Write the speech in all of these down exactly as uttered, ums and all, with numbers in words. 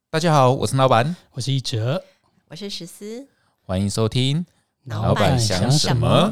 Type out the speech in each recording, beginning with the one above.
大家好，我是老板， 我是一哲， 我是十四， 欢迎收听老板想什么。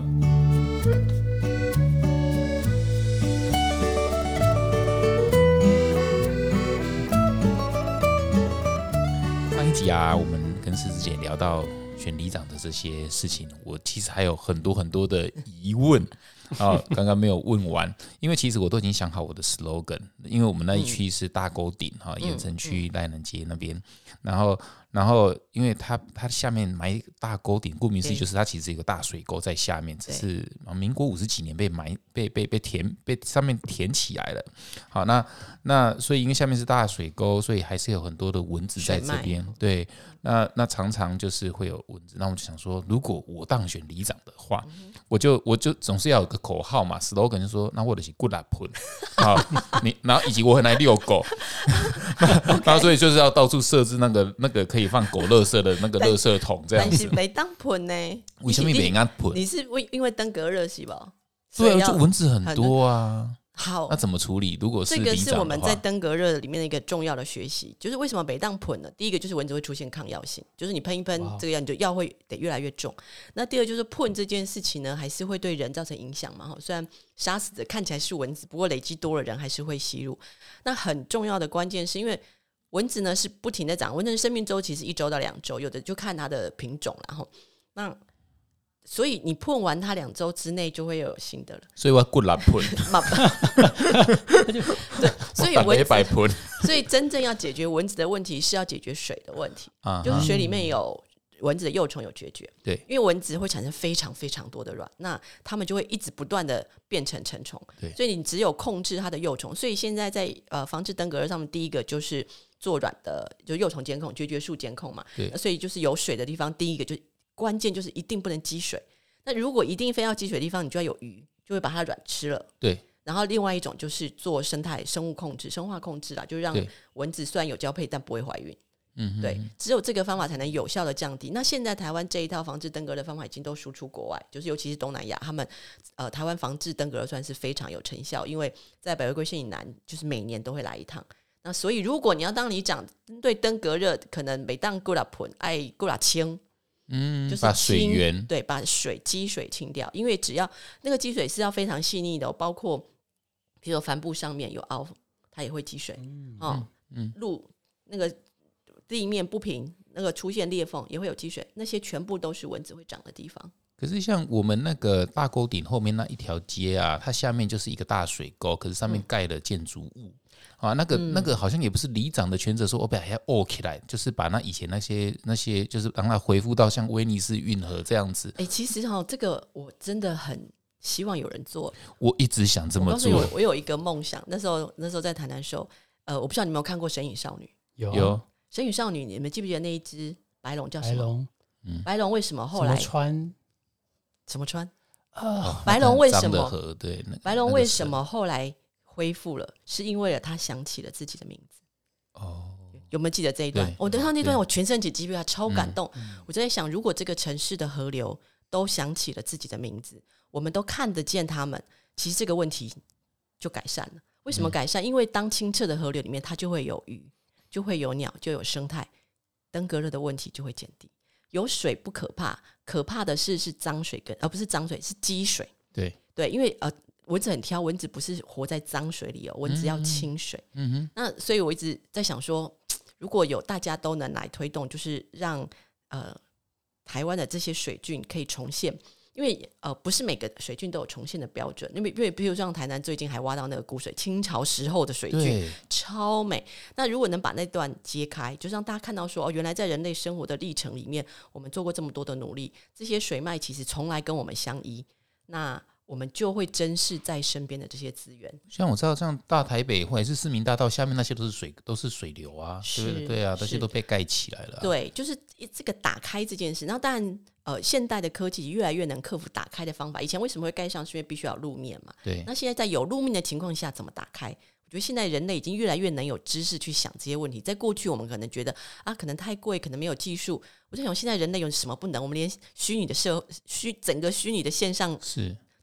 上一集啊，我们跟狮子姐聊到选里长的这些事情，我其实还有很多很多的疑问啊，刚刚没有问完，因为其实我都已经想好我的 slogan， 因为我们那一区是大沟顶哈，盐城区赖南街那边，然后然后因为它它下面埋大沟顶，顾名思义就是它其实有个大水沟在下面，只是民国五十几年被埋被被被填被上面填起来了。好，那那所以因为下面是大水沟，所以还是有很多的蚊子在这边。对，那那常常就是会有蚊子。那我就想说，如果我当选里长的话，嗯、我就我就总是要有个口号嘛 ，slogan 就说，那我就是骨力喷。好，你然后以及我很爱遛狗，然后所以就是要到处设置那个那个可以放狗垃圾的那个垃圾桶这样子。 但是没当喷呢？ 为什么没当喷？ 你是因为登革热是吧？ 对啊，就蚊子很多啊。 好， 那怎么处理？如果是里长的话， 这个是我们在登革热里面的一个重要的学习，就是为什么北当喷呢？第一个就是蚊子会出现抗药性，就是你喷一喷这个药，你就药会得越来越重。那第二就是喷这件事情呢，还是会对人造成影响嘛？虽然杀死的看起来是蚊子，不过累积多了人还是会吸入。那很重要的关键是因为蚊子呢是不停的长，蚊子的生命周期是一周到两周，有的就看它的品种，然后那。所以你喷完它两周之内就会有新的了， 所以我骨力喷， 对，所以蚊子， 所以真正要解决蚊子的问题是要解决水的问题，啊、就是水里面有蚊子的幼虫有决绝， 对， 因为蚊子会产生非常非常多的卵，那它们就会一直不断的变成成虫， 对， 所以你只有控制它的幼虫，所以现在在呃防治登革热上面，第一个就是做卵的，就是幼虫监控、决绝数监控嘛， 对， 所以就是有水的地方，第一个就。关键就是一定不能积水，那如果一定非要积水的地方，你就要有鱼，就会把它卵吃了。 对， 然后另外一种就是做生态生物控制、生化控制啦，就让蚊子虽然有交配但不会怀孕。嗯，对，只有这个方法才能有效的降低。那现在台湾这一套防治登革热的方法已经都输出国外，就是尤其是东南亚，他们呃台湾防治登革热算是非常有成效，因为在北回归线以南，就是每年都会来一趟。那所以如果你要当里长，对登革热可能每当过来喷，爱过来清。 嗯， 就是把水源对，把水积水清掉，因为只要那个积水是要非常细腻的、哦，包括比如说帆布上面有凹，它也会积水。嗯，哦，嗯，路那个地面不平，那个出现裂缝也会有积水，那些全部都是蚊子会长的地方。 可是像我们那个大沟顶后面那一条街啊，它下面就是一个大水沟，可是上面盖了建筑物。嗯啊，那个、嗯、那个好像也不是里长的权责，说我把它沤起来，就是把那以前那些那些，就是让它恢复到像威尼斯运河这样子。 哎、欸，其实哈、哦，这个我真的很希望有人做。 我一直想这么做。 我告诉你，我有一个梦想，那时候那时候在台南的时候，呃，我不知道你有没有看过《神隐少女》？ 有。 有。 神隐少女，你们记不记得那一只白龙叫什么？ 白龙。 嗯。白龙为什么后来？ 什么川？ 什么川？ 哦、 白龙为什么？ 河对。那個、 白龙为什么后来？恢复了，是因为了他想起了自己的名字。哦，有没有记得这一段？我对他那段，我全身起鸡皮疙瘩，超感动。嗯、我就在想，如果这个城市的河流都想起了自己的名字，我们都看得见他们，其实这个问题就改善了。为什么改善？嗯、因为当清澈的河流里面，它就会有鱼，就会有鸟，就有生态，登革热的问题就会减低。有水不可怕，可怕的是是脏水跟，而不是脏水，是积水。 对对，因为呃。蚊子很挑，蚊子不是活在脏水里哦，蚊子要清水。嗯哼，那所以我一直在想说，如果有大家都能来推动，就是让呃台湾的这些水菌可以重现，因为呃不是每个水菌都有重现的标准，因为因为比如像台南最近还挖到那个古水，清朝时候的水菌超美。那如果能把那段揭开，就让大家看到说哦，原来在人类生活的历程里面，我们做过这么多的努力，这些水脉其实从来跟我们相依。那我们就会珍视在身边的这些资源。 像我知道，像大台北或者是市民大道下面那些都是水，都是水流啊，对对啊，这些都被盖起来了、啊。 对，就是这个打开这件事。然后当然，呃，现代的科技越来越能克服打开的方法。以前为什么会盖上？是因为必须要有路面嘛。 对。 那现在在有路面的情况下，怎么打开？我觉得现在人类已经越来越能有知识去想这些问题。在过去，我们可能觉得啊，可能太贵，可能没有技术。我在想，现在人类有什么不能？我们连虚拟的社虚整个虚拟的线上是。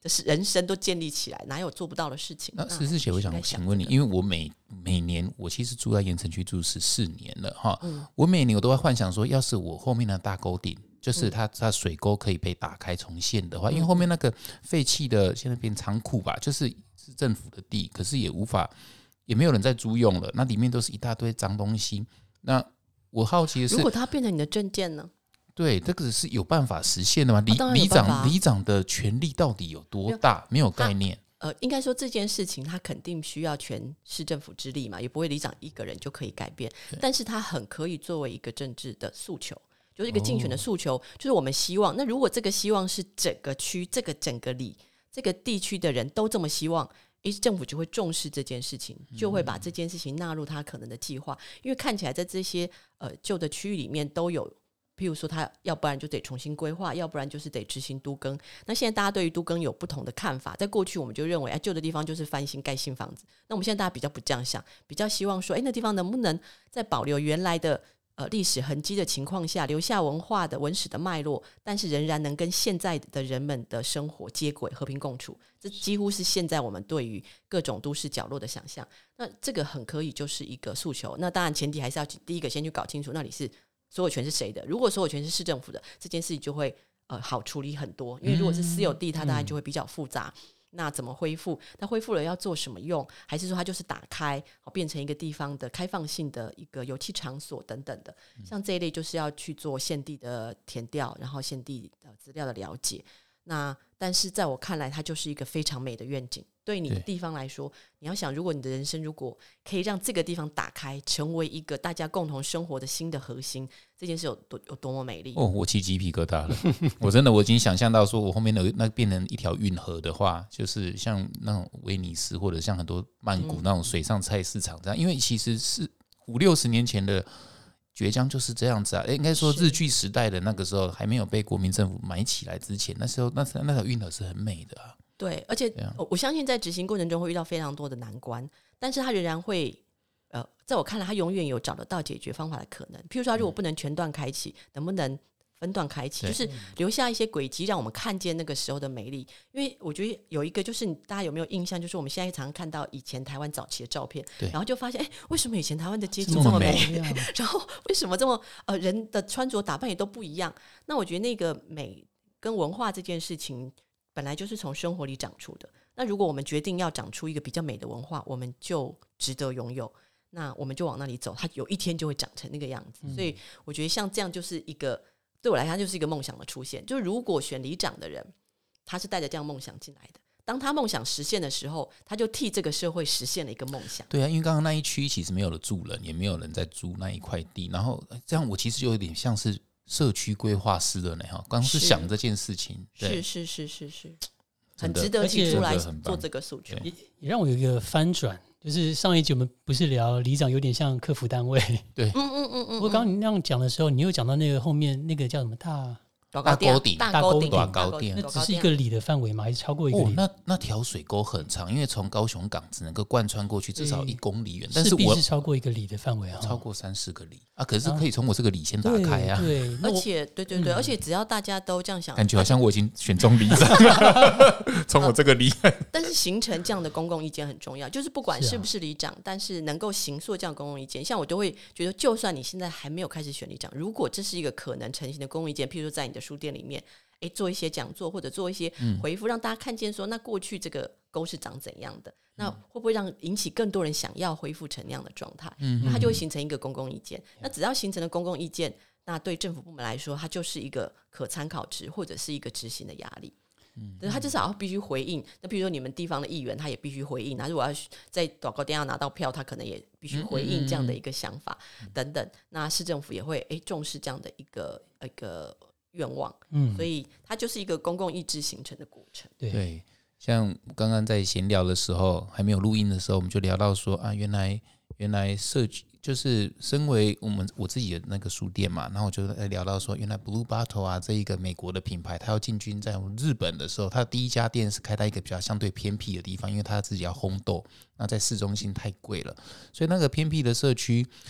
的人生都建立起来，哪有做不到的事情？ 那石师姐，我想请问你，因为我每每年我其实住在盐埕区住十四年了哈、嗯，我每年我都会幻想说，要是我后面的大沟顶，就是它它水沟可以被打开重现的话，因为后面那个废弃的现在变仓库吧，就是是政府的地，可是也无法也没有人在租用了，那里面都是一大堆脏东西。那我好奇的是， 如果它变成你的证件呢？ 对，这个是有办法实现的吗？里、 啊、 里长里长的权力到底有多大？没有概念。 呃，应该说这件事情，他肯定需要全市政府之力嘛，也不会里长一个人就可以改变。但是他很可以作为一个政治的诉求，就是一个竞选的诉求，哦、就是我们希望。那如果这个希望是整个区、这个整个里、这个地区的人都这么希望，诶，政府就会重视这件事情，就会把这件事情纳入他可能的计划。因为看起来在这些呃旧的区域里面都有。譬如说他要不然就得重新规划，要不然就是得执行都更。那现在大家对于都更有不同的看法，在过去我们就认为、啊、旧的地方就是翻新盖新房子，那我们现在大家比较不这样想，比较希望说诶，那地方能不能在保留原来的呃历史痕迹的情况下，留下文化的文史的脉络，但是仍然能跟现在的人们的生活接轨，和平共处。这几乎是现在我们对于各种都市角落的想象。那这个很可以就是一个诉求。那当然前提还是要第一个先去搞清楚那里是所有权是谁的。如果所有权是市政府的，这件事情就会呃好处理很多。因为如果是私有地，它当然就会比较复杂。嗯、那怎么恢复？那恢复了要做什么用？还是说它就是打开，变成一个地方的开放性的一个油气场所等等的？像这一类就是要去做现地的田调，然后现地的资料的了解。那但是在我看来，它就是一个非常美的愿景。对你的地方来说，你要想，如果你的人生如果可以让这个地方打开，成为一个大家共同生活的新的核心，这件事有多有多么美丽哦！ 我起鸡皮疙瘩了，我真的我已经想象到，说我后面的那变成一条运河的话，就是像那种威尼斯或者像很多曼谷那种水上菜市场这样，嗯、因为其实是五六十年前的崛江就是这样子啊。应该说日据时代的那个时候还没有被国民政府买起来之前，那时候那那条运河是很美的啊。 对，而且我相信在执行过程中会遇到非常多的难关，但是他仍然会呃，在我看来他永远有找得到解决方法的可能。譬如说他如果不能全段开启，能不能分段开启，就是留下一些轨迹让我们看见那个时候的美丽。因为我觉得有一个就是大家有没有印象，就是我们现在常常看到以前台湾早期的照片，然后就发现哎，为什么以前台湾的街景这么美，然后为什么这么呃人的穿着打扮也都不一样。那我觉得那个美跟文化这件事情本来就是从生活里长出的。那如果我们决定要长出一个比较美的文化，我们就值得拥有，那我们就往那里走，它有一天就会长成那个样子。嗯、所以我觉得像这样就是一个对我来讲就是一个梦想的出现。就是如果选里长的人他是带着这样梦想进来的，当他梦想实现的时候，他就替这个社会实现了一个梦想。 对啊，因为刚刚那一区其实没有了住人，也没有人在租那一块地，然后这样我其实就有点像是社区规划师了呢。刚是想这件事情， 是是是是是，很值得提出来做这个诉求。 也也让我有一个翻转，就是上一集我们不是聊里长有点像客服单位， 对， 嗯嗯嗯嗯。 不过刚刚你那样讲的时候，你又讲到那个后面那个叫什么大。 大沟顶， 大沟顶， 大沟顶， 那只是一个里的范围吗？还是超过一个里？ 哦、那那条水沟很长，因为从高雄港只能够贯穿过去至少一公里远，但是我是超过一个里的范围啊， 超过三四个里啊。可是可以从我这个里先打开啊。 对，对而且对对对、嗯，而且只要大家都这样想， 感觉好像我已经选中里长了，从我这个里。 但是形成这样的公共意见很重要，就是不管是不是里长，是、啊，但是能够形塑这样的公共意见，像我都会觉得，就算你现在还没有开始选里长，如果这是一个可能成型的公共意见，譬如说在你的书店里面。诶，做一些讲座或者做一些回复、嗯、让大家看见说那过去这个沟是长怎样的、嗯、那会不会让引起更多人想要恢复成那样的状态、嗯、那它就会形成一个公共意见、嗯、那只要形成了公共意见，那对政府部门来说它就是一个可参考值或者是一个执行的压力。嗯，他至少必须回应。那比如说你们地方的议员，他也必须回应。那如果要在广告店要拿到票，他可能也必须回应这样的一个想法、嗯、等等。那市政府也会诶重视这样的一个一个愿望，嗯，所以它就是一个公共意志形成的过程。 对，对，像刚刚在闲聊的时候，还没有录音的时候，我们就聊到说啊，原来原来社区就是身为我们我自己的那个书店嘛，然后我就聊到说，原来 Blue Bottle 啊这一个美国的品牌，它要进军在日本的时候，它的第一家店是开在一个比较相对偏僻的地方，因为它自己要烘豆，那在市中心太贵了，所以那个偏僻的社区。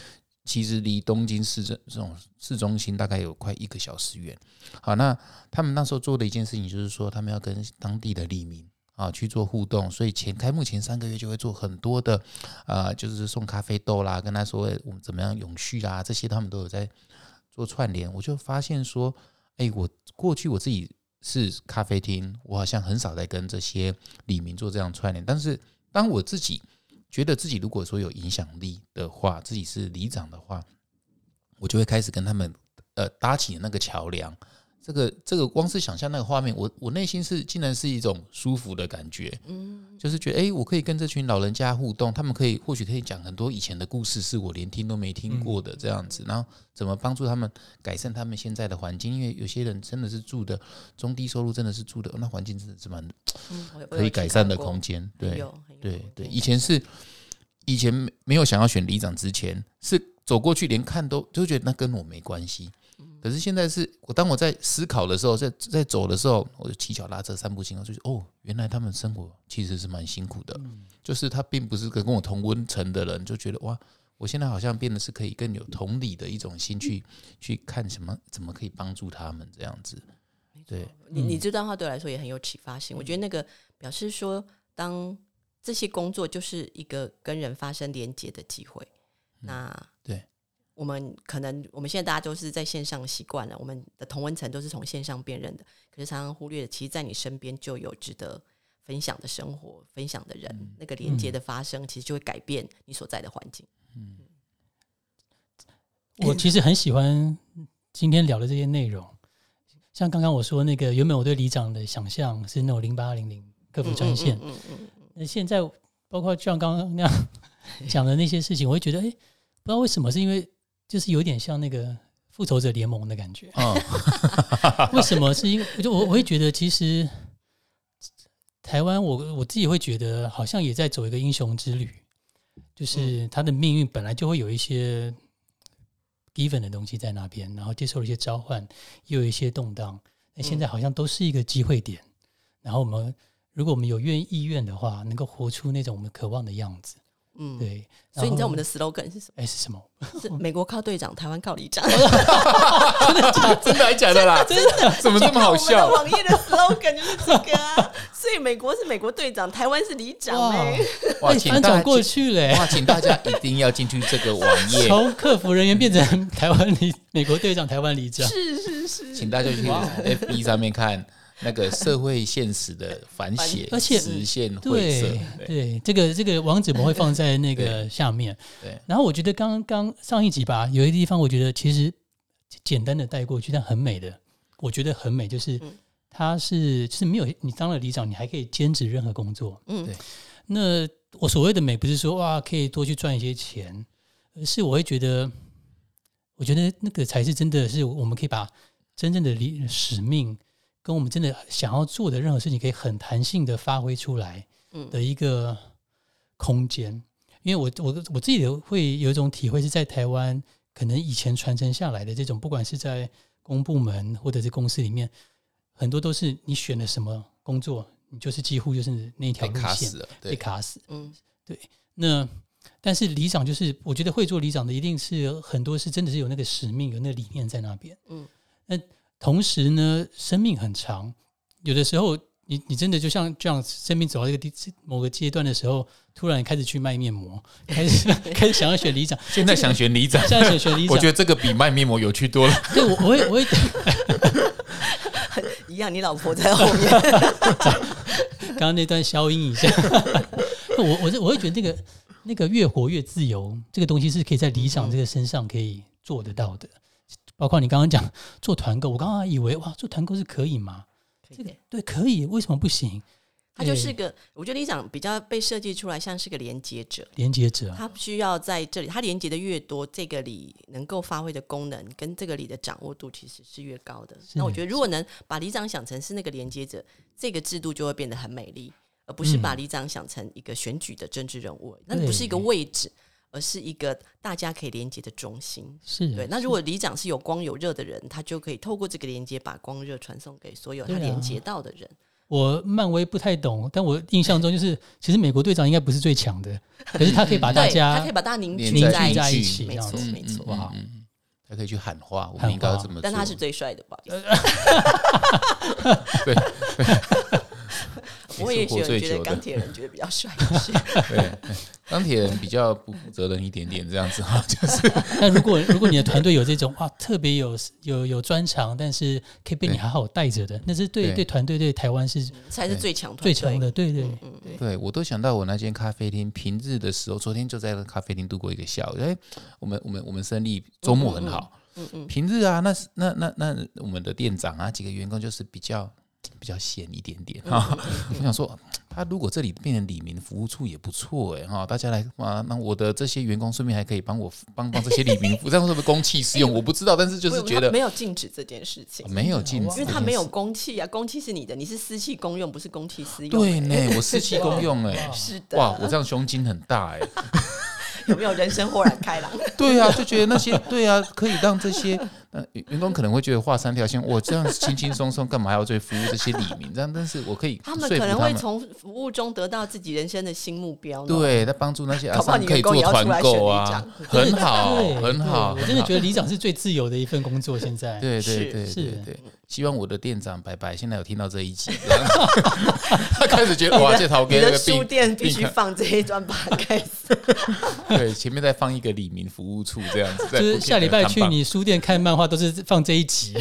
其实离东京市这种市中心大概有快一个小时远。好，那他们那时候做的一件事情就是说，他们要跟当地的里民啊去做互动，所以前开幕前三个月就会做很多的，呃，就是送咖啡豆啦，跟他说我们怎么样永续啦，这些他们都有在做串联。我就发现说，哎，我过去我自己是咖啡厅，我好像很少在跟这些里民做这样串联，但是当我自己觉得自己如果说有影响力的话，自己是里长的话，我就会开始跟他们呃搭起那个桥梁。这个这个光是想象那个画面，我我内心是竟然是一种舒服的感觉，嗯，就是觉得哎，我可以跟这群老人家互动，他们可以或许可以讲很多以前的故事，是我连听都没听过的这样子，然后怎么帮助他们改善他们现在的环境，因为有些人真的是住的中低收入，真的是住的那环境真的是蛮可以改善的空间，对对对，以前是以前没有想要选里长之前，是走过去连看都就觉得那跟我没关系。可是现在是我当我在思考的时候，在在走的时候，我就骑脚踏车散步行，就是哦，原来他们生活其实是蛮辛苦的，嗯、就是他并不是跟我同温层的人，就觉得哇，我现在好像变得是可以更有同理的一种心去、嗯、去看什么怎么可以帮助他们这样子。对， 你你这段话对我来说也很有启发性。嗯、我觉得那个表示说，当这些工作就是一个跟人发生连结的机会，嗯、那对。我们可能我们现在大家都是在线上习惯了，我们的同温层都是从线上辨认的，可是常常忽略了，其实在你身边就有值得分享的生活、分享的人，嗯、那个连接的发生，其实就会改变你所在的环境。嗯， 我其实很喜欢今天聊的这些内容，像刚刚我说那个，原本我对里长的想象是那种零八零零客服专线，嗯嗯嗯，那现在包括像刚刚那样讲的那些事情，我会觉得，哎，不知道为什么，是因为就是有点像那个复仇者联盟的感觉。哦、为什么？是因为我我会觉得，其实台湾我我自己会觉得，好像也在走一个英雄之旅，就是他的命运本来就会有一些 given 的东西在那边，然后接受了一些召唤，也有一些动荡。那现在好像都是一个机会点，然后我们如果我们有愿意愿的话，能够活出那种我们渴望的样子。嗯，对， 所以你知道我们的 slogan 是什么？ 哎，是什么？ 是美国靠队长，台湾靠里长。 真的假的？真的还假的啦？ 真的？ 怎么这么好笑？ 我们的网页的 slogan 就是这个啊。所以美国是美国队长，台湾是里长哎、欸。 哇，翻转过去嘞！ 哇，请大家一定要进去这个网页， 从客服人员变成台湾里美国队长，台湾里长。 是是是， 请大家去 F B 上面看。那个社会现实的反写， 而且实现绘色， 对, 对，这个这个网址我们会放在那个下面。对，对然后我觉得刚刚上一集吧，有一个地方我觉得其实简单的带过去，但很美的，我觉得很美，就是它是就是没有你当了里长，你还可以兼职任何工作。嗯，对。那我所谓的美，不是说哇可以多去赚一些钱，而是我会觉得，我觉得那个才是真的是我们可以把真正的使命。跟我们真的想要做的任何事情可以很弹性的发挥出来的一个空间、嗯、因为我我我自己会有一种体会是在台湾可能以前传承下来的这种不管是在公部门或者是公司里面很多都是你选了什么工作你就是几乎就是那一条路线被卡死了，被卡死嗯，对。那但是里长就是我觉得会做里长的一定是很多是真的是有那个使命有那个理念在那边嗯，那同时呢，生命很长，有的时候你你真的就像这样，生命走到一个某个阶段的时候，突然开始去卖面膜，开始开始想要选里长， 现在想选里长， 现在想选里长， 我觉得这个比卖面膜有趣多了。 对，我我会我会一样，你老婆在后面。 刚刚那段消音一下，我我我会觉得那个那个越活越自由，这个东西是可以在里长这个身上可以做得到的。包括你刚刚讲做团购，我刚刚以为哇，做团购是可以吗？这个对，可以，为什么不行？ 他就是个，我觉得里长比较被设计出来像是个连接者， 连接者， 他需要在这里，他连接的越多，这个里能够发挥的功能跟这个里的掌握度其实是越高的。那我觉得如果能把里长想成是那个连接者，这个制度就会变得很美丽，而不是把里长想成一个选举的政治人物，那、嗯、不是一个位置。而是一个大家可以连接的中心， 是对。那如果里长是有光有热的人，他就可以透过这个连接把光热传送给所有他连接到的人。 我我漫威不太懂，但我印象中就是其实美国队长应该不是最强的，可是他可以把大家他可以把大家凝聚在在一起， 没错没错， 哇、嗯嗯，他可以去喊话，我们应该要这么做， 但他是最帅的，不好意思。 对。 我也喜欢觉得钢铁人觉得比较帅一些， 对，钢铁人比较不负责任一点点这样子哈，就是。 那如果如果你的团队有这种哇特别有有有专长，但是可以被你好好带着的，那是对对团队对台湾是才是最强最强的，对对、 嗯、 对, 对我都想到我那间咖啡厅，平日的时候，昨天就在那咖啡厅度过一个下午，哎，我们我们我们生意周末很好，嗯嗯，平日啊，那那那那我们的店长啊，几个员工就是比较。比较闲一点点哈，我想说，他如果这里变成里民服务处也不错哎哈，大家来啊，那我的这些员工顺便还可以帮我帮帮这些里民服务，这样是不是公器私用？我不知道，但是就是觉得没有禁止这件事情， 没有禁止， 因为他没有公器啊，公器是你的，你是私器公用，不是公器私用。 对呢，我私器公用哎， 是的， 哇，我这样胸襟很大哎。 有没有人生豁然开朗？ 对啊，就觉得那些对啊，可以让这些呃员工可能会觉得画三条线，我这样轻轻松松，干嘛要去服务这些里民？这样，但是我可以他们可能会从服务中得到自己人生的新目标。 对，在帮助那些阿桑可以做团购啊，很好，很好。 我真的觉得里长是最自由的一份工作。现在， 对对对对对，希望我的店长白白现在有听到这一集，他开始觉得哇，这陶哥你的书店必须放这一段 podcast。 对，前面再放一个里民服务处这样子， 就是下礼拜去你书店看漫画都是放这一集。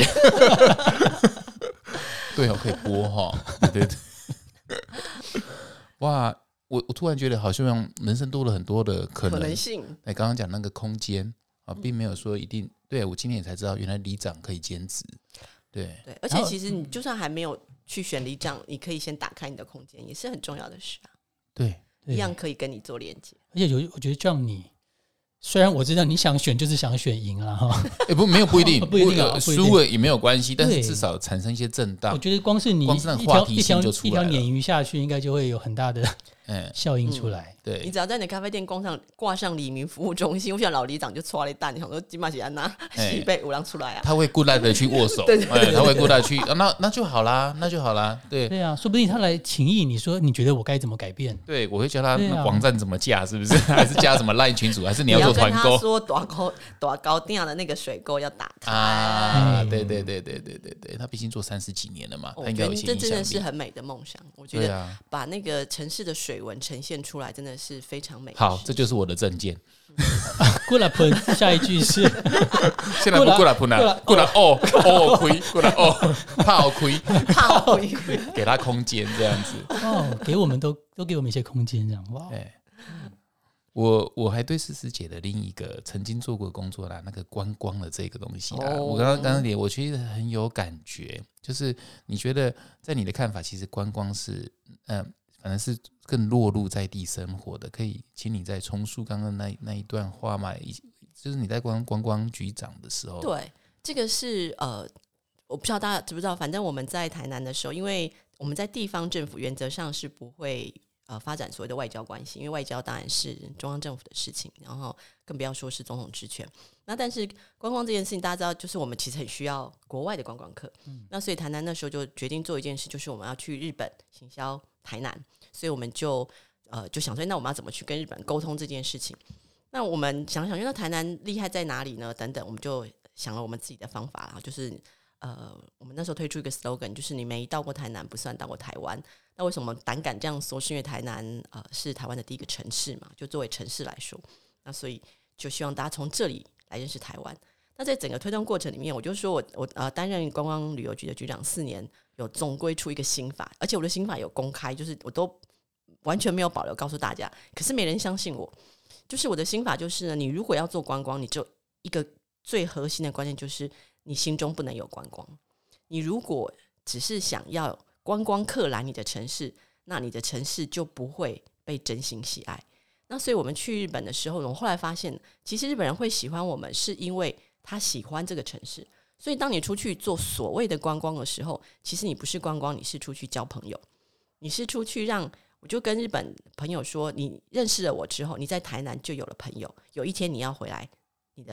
对哦，可以播哈，对对对。哇，我我突然觉得好像人生多了很多的可能， 可能性。 哎，刚刚讲那个空间啊，并没有说一定。对，我今天也才知道，原来里长可以兼职。对对，而且其实你就算还没有去选里长，你可以先打开你的空间，也是很重要的事啊。 对。 一样可以跟你做连接， 而且有我觉得这样你，虽然我知道你想选就是想选赢了哈， 欸、不没有不一定， 不一定输了也没有关系，但是至少产生一些震荡。 我觉得光是你光是那个话题性就出来了， 一条鲶鱼下去，应该就会有很大的效应出来。 嗯、对，你只要在你的咖啡店挂上挂上里民服务中心，我想老里长就戳了一蛋，你想说金马喜安娜西北五郎出来啊， 他会过来的去握手，对对对对，他会过来去，啊、那那就好啦，那就好啦，对对啊，说不定他来请益你说你觉得我该怎么改变？ 对，我会教他网站怎么架，是不是？还是加什么 LINE 群组，还是你要做团购？ 你要跟他说大高大高店的那个水沟要打开啊！对对对对对对对，他毕竟做三十几年了嘛，他应该有一些影响力。 这真的是很美的梦想，我觉得把那个城市的水文呈现出来，真的是非常美。 好，这就是我的证件。 过来喷，下一句是现在不过来喷了，过来哦哦亏，过来哦怕亏， 怕亏， 给他空间这样子。 哦，给我们都都给我们一些空间，这样哇。 我我还对思思姐的另一个曾经做过的工作啦，那个观光的这个东西啦，哦、我刚刚刚刚连我其实很有感觉，就是你觉得在你的看法，其实观光是嗯、呃，反正是更落入在地生活的，可以请你再重述刚刚那那一段话嘛？就是你在观观光局长的时候， 对，这个是呃，我不知道大家知不知道，反正我们在台南的时候，因为我们在地方政府原则上是不会。呃，发展所谓的外交关系，因为外交当然是中央政府的事情，然后更不要说是总统职权。那但是观光这件事情，大家知道，就是我们其实很需要国外的观光客。嗯、那所以台南那时候就决定做一件事，就是我们要去日本行销台南，所以我们就呃就想说，那我们要怎么去跟日本沟通这件事情？那我们想想，因为台南厉害在哪里呢？等等，我们就想了我们自己的方法，就是呃，我们那时候推出一个 slogan， 就是你没到过台南，不算到过台湾。那为什么胆敢这样说？是因为台南呃是台湾的第一个城市嘛，就作为城市来说，那所以就希望大家从这里来认识台湾。那在整个推动过程里面，我就说我我呃担任观光旅游局的局长四年，有总归出一个新法，而且我的新法有公开，就是我都完全没有保留告诉大家，可是没人相信我。就是我的新法就是呢，你如果要做观光，你就一个最核心的观念就是你心中不能有观光。你如果只是想要观光客来你的城市，那你的城市就不会被真心喜爱。那所以我们去日本的时候，我们后来发现其实日本人会喜欢我们是因为他喜欢这个城市。所以当你出去做所谓的观光的时候，其实你不是观光，你是出去交朋友，你是出去让，我就跟日本朋友说，你认识了我之后，你在台南就有了朋友，有一天你要回来你的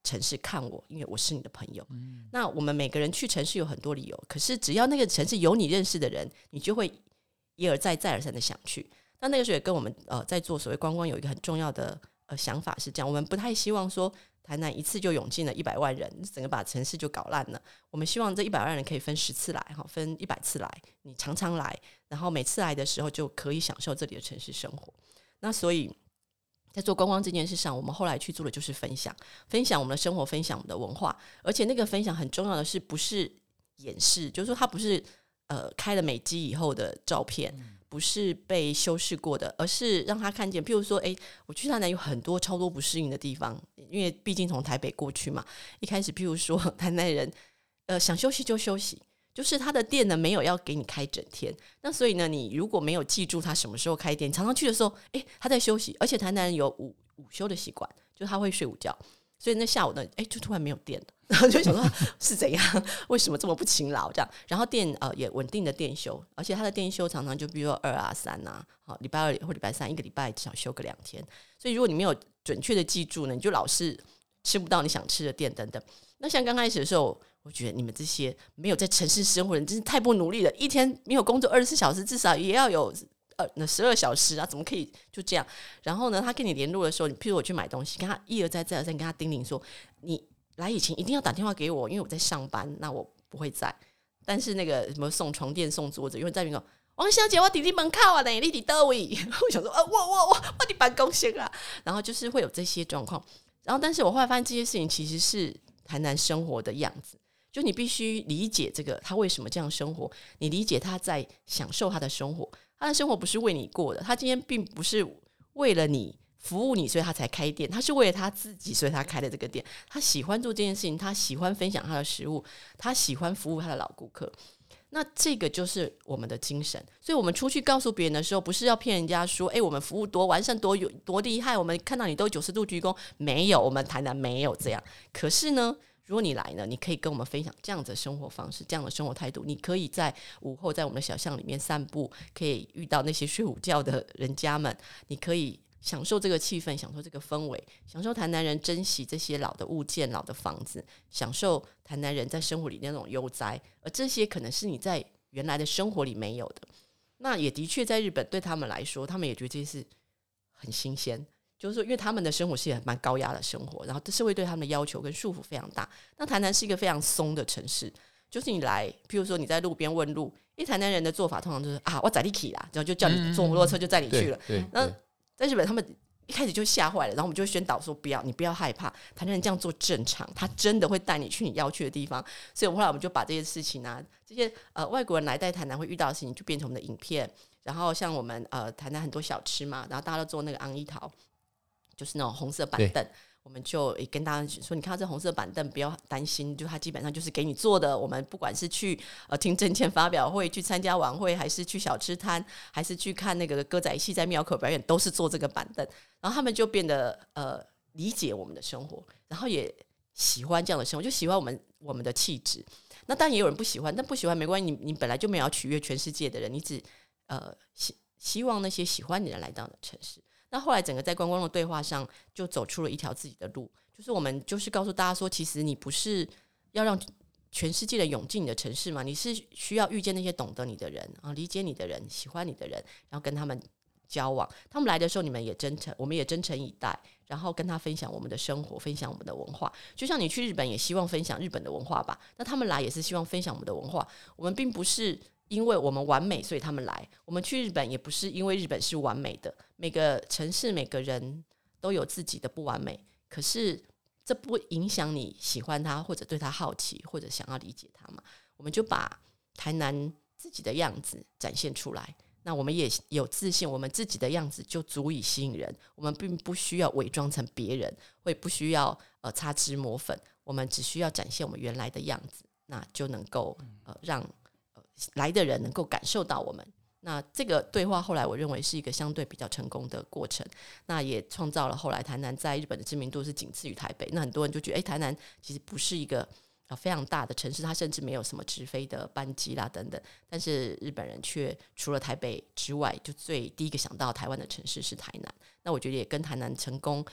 城市看我，因为我是你的朋友、嗯、那我们每个人去城市有很多理由，可是只要那个城市有你认识的人，你就会一而再再而三的想去。那那个时候也跟我们呃在做所谓观光有一个很重要的呃想法是这样，我们不太希望说台南一次就涌进了一百万人，整个把城市就搞烂了。我们希望这一百万人可以分十次来，分一百次来，你常常来，然后每次来的时候就可以享受这里的城市生活。那所以在做观光这件事上，我们后来去做的就是分享，分享我们的生活，分享我们的文化。而且那个分享很重要的是，不是掩饰，就是说它不是呃开了美肌以后的照片，不是被修饰过的，而是让他看见。譬如说，哎，我去台南有很多超多不适应的地方，因为毕竟从台北过去嘛。一开始，譬如说台南人，呃，想休息就休息。就是他的店呢没有要给你开整天，那所以呢你如果没有记住他什么时候开店，常常去的时候诶他在休息，而且台南人有午午休的习惯，就是他会睡午觉，所以那下午呢诶就突然没有电了，然后就想说是怎样，为什么这么不勤劳这样。然后店呃也稳定的店休，而且他的店休常常就比如说二啊三啊，好礼拜二或礼拜三一个礼拜至少休个两天，所以如果你没有准确的记住呢，你就老是吃不到你想吃的店等等。那像刚开始的时候，我觉得你们这些没有在城市生活的人真是太不努力了，一天没有工作二十四小时，至少也要有呃那十二小时啊，怎么可以就这样？然后呢，他跟你联络的时候，你譬如我去买东西，跟他一而再再而三跟他叮咛说，你来以前一定要打电话给我，因为我在上班，那我不会在。但是那个什么送床垫、送桌子，因为在那个王小姐，我弟弟门口啊，你弟到位，我想说，啊，我我我我的办公室啊，然后就是会有这些状况。然后，但是我后来发现这些事情其实是台南生活的样子。就你必须理解这个他为什么这样生活，你理解他在享受他的生活，他的生活不是为你过的，他今天并不是为了你服务你所以他才开店，他是为了他自己所以他开的这个店，他喜欢做这件事情，他喜欢分享他的食物，他喜欢服务他的老顾客，那这个就是我们的精神。所以我们出去告诉别人的时候，不是要骗人家说哎，我们服务多完善多有多厉害，我们看到你都九十度鞠躬，没有，我们台南没有这样。可是呢如果你来呢，你可以跟我们分享这样的生活方式，这样的生活态度。你可以在午后在我们的小巷里面散步，可以遇到那些睡午觉的人家们，你可以享受这个气氛，享受这个氛围，享受台南人珍惜这些老的物件、老的房子，享受台南人在生活里那种悠哉。而这些可能是你在原来的生活里没有的。那也的确在日本对他们来说，他们也觉得这些是很新鲜。就是说因为他们的生活是也蛮高压的生活，然后社会对他们的要求跟束缚非常大。那台南是一个非常松的城市，就是你来譬如说你在路边问路，因为台南人的做法通常就是啊我载你去啦，然后就叫你坐摩托车就载你去了。那在日本他们一开始就吓坏了，然后我们就宣导说不要，你不要害怕，台南人这样做正常，他真的会带你去你要去的地方。所以后来我们就把这些事情啊，这些呃外国人来在台南会遇到的事情就变成我们的影片。然后像我们呃台南很多小吃嘛，然后大家都做那个昂一桃，就是那种红色板凳，我们就也跟大家说，你看到这红色板凳不要担心，就它基本上就是给你做的。我们不管是去呃听政见发表会，去参加晚会，还是去小吃摊，还是去看那个歌仔戏在庙口表演，都是做这个板凳。然后他们就变得呃理解我们的生活，然后也喜欢这样的生活，就喜欢我们我们的气质。那当然也有人不喜欢，但不喜欢没关系，你你本来就没有要取悦全世界的人，你只呃希希望那些喜欢你的人来到你的城市。那后来整个在观光的对话上就走出了一条自己的路，就是我们就是告诉大家说，其实你不是要让全世界的涌进你的城市嘛，你是需要遇见那些懂得你的人啊，理解你的人，喜欢你的人，然后跟他们交往。他们来的时候你们也真诚，我们也真诚以待，然后跟他分享我们的生活，分享我们的文化。就像你去日本也希望分享日本的文化吧，那他们来也是希望分享我们的文化。我们并不是因为我们完美所以他们来，我们去日本也不是因为日本是完美的，每个城市每个人都有自己的不完美，可是这不影响你喜欢他或者对他好奇或者想要理解他嘛。我们就把台南自己的样子展现出来，那我们也有自信，我们自己的样子就足以吸引人，我们并不需要伪装成别人，会不需要呃擦脂抹粉，我们只需要展现我们原来的样子，那就能够呃让来的人能够感受到我们。那这个对话后来我认为是一个相对比较成功的过程，那也创造了后来台南在日本的知名度是仅次于台北。那很多人就觉得、欸、台南其实不是一个非常大的城市，它甚至没有什么直飞的班机啦等等，但是日本人却除了台北之外就最第一个想到台湾的城市是台南。那我觉得也跟台南成功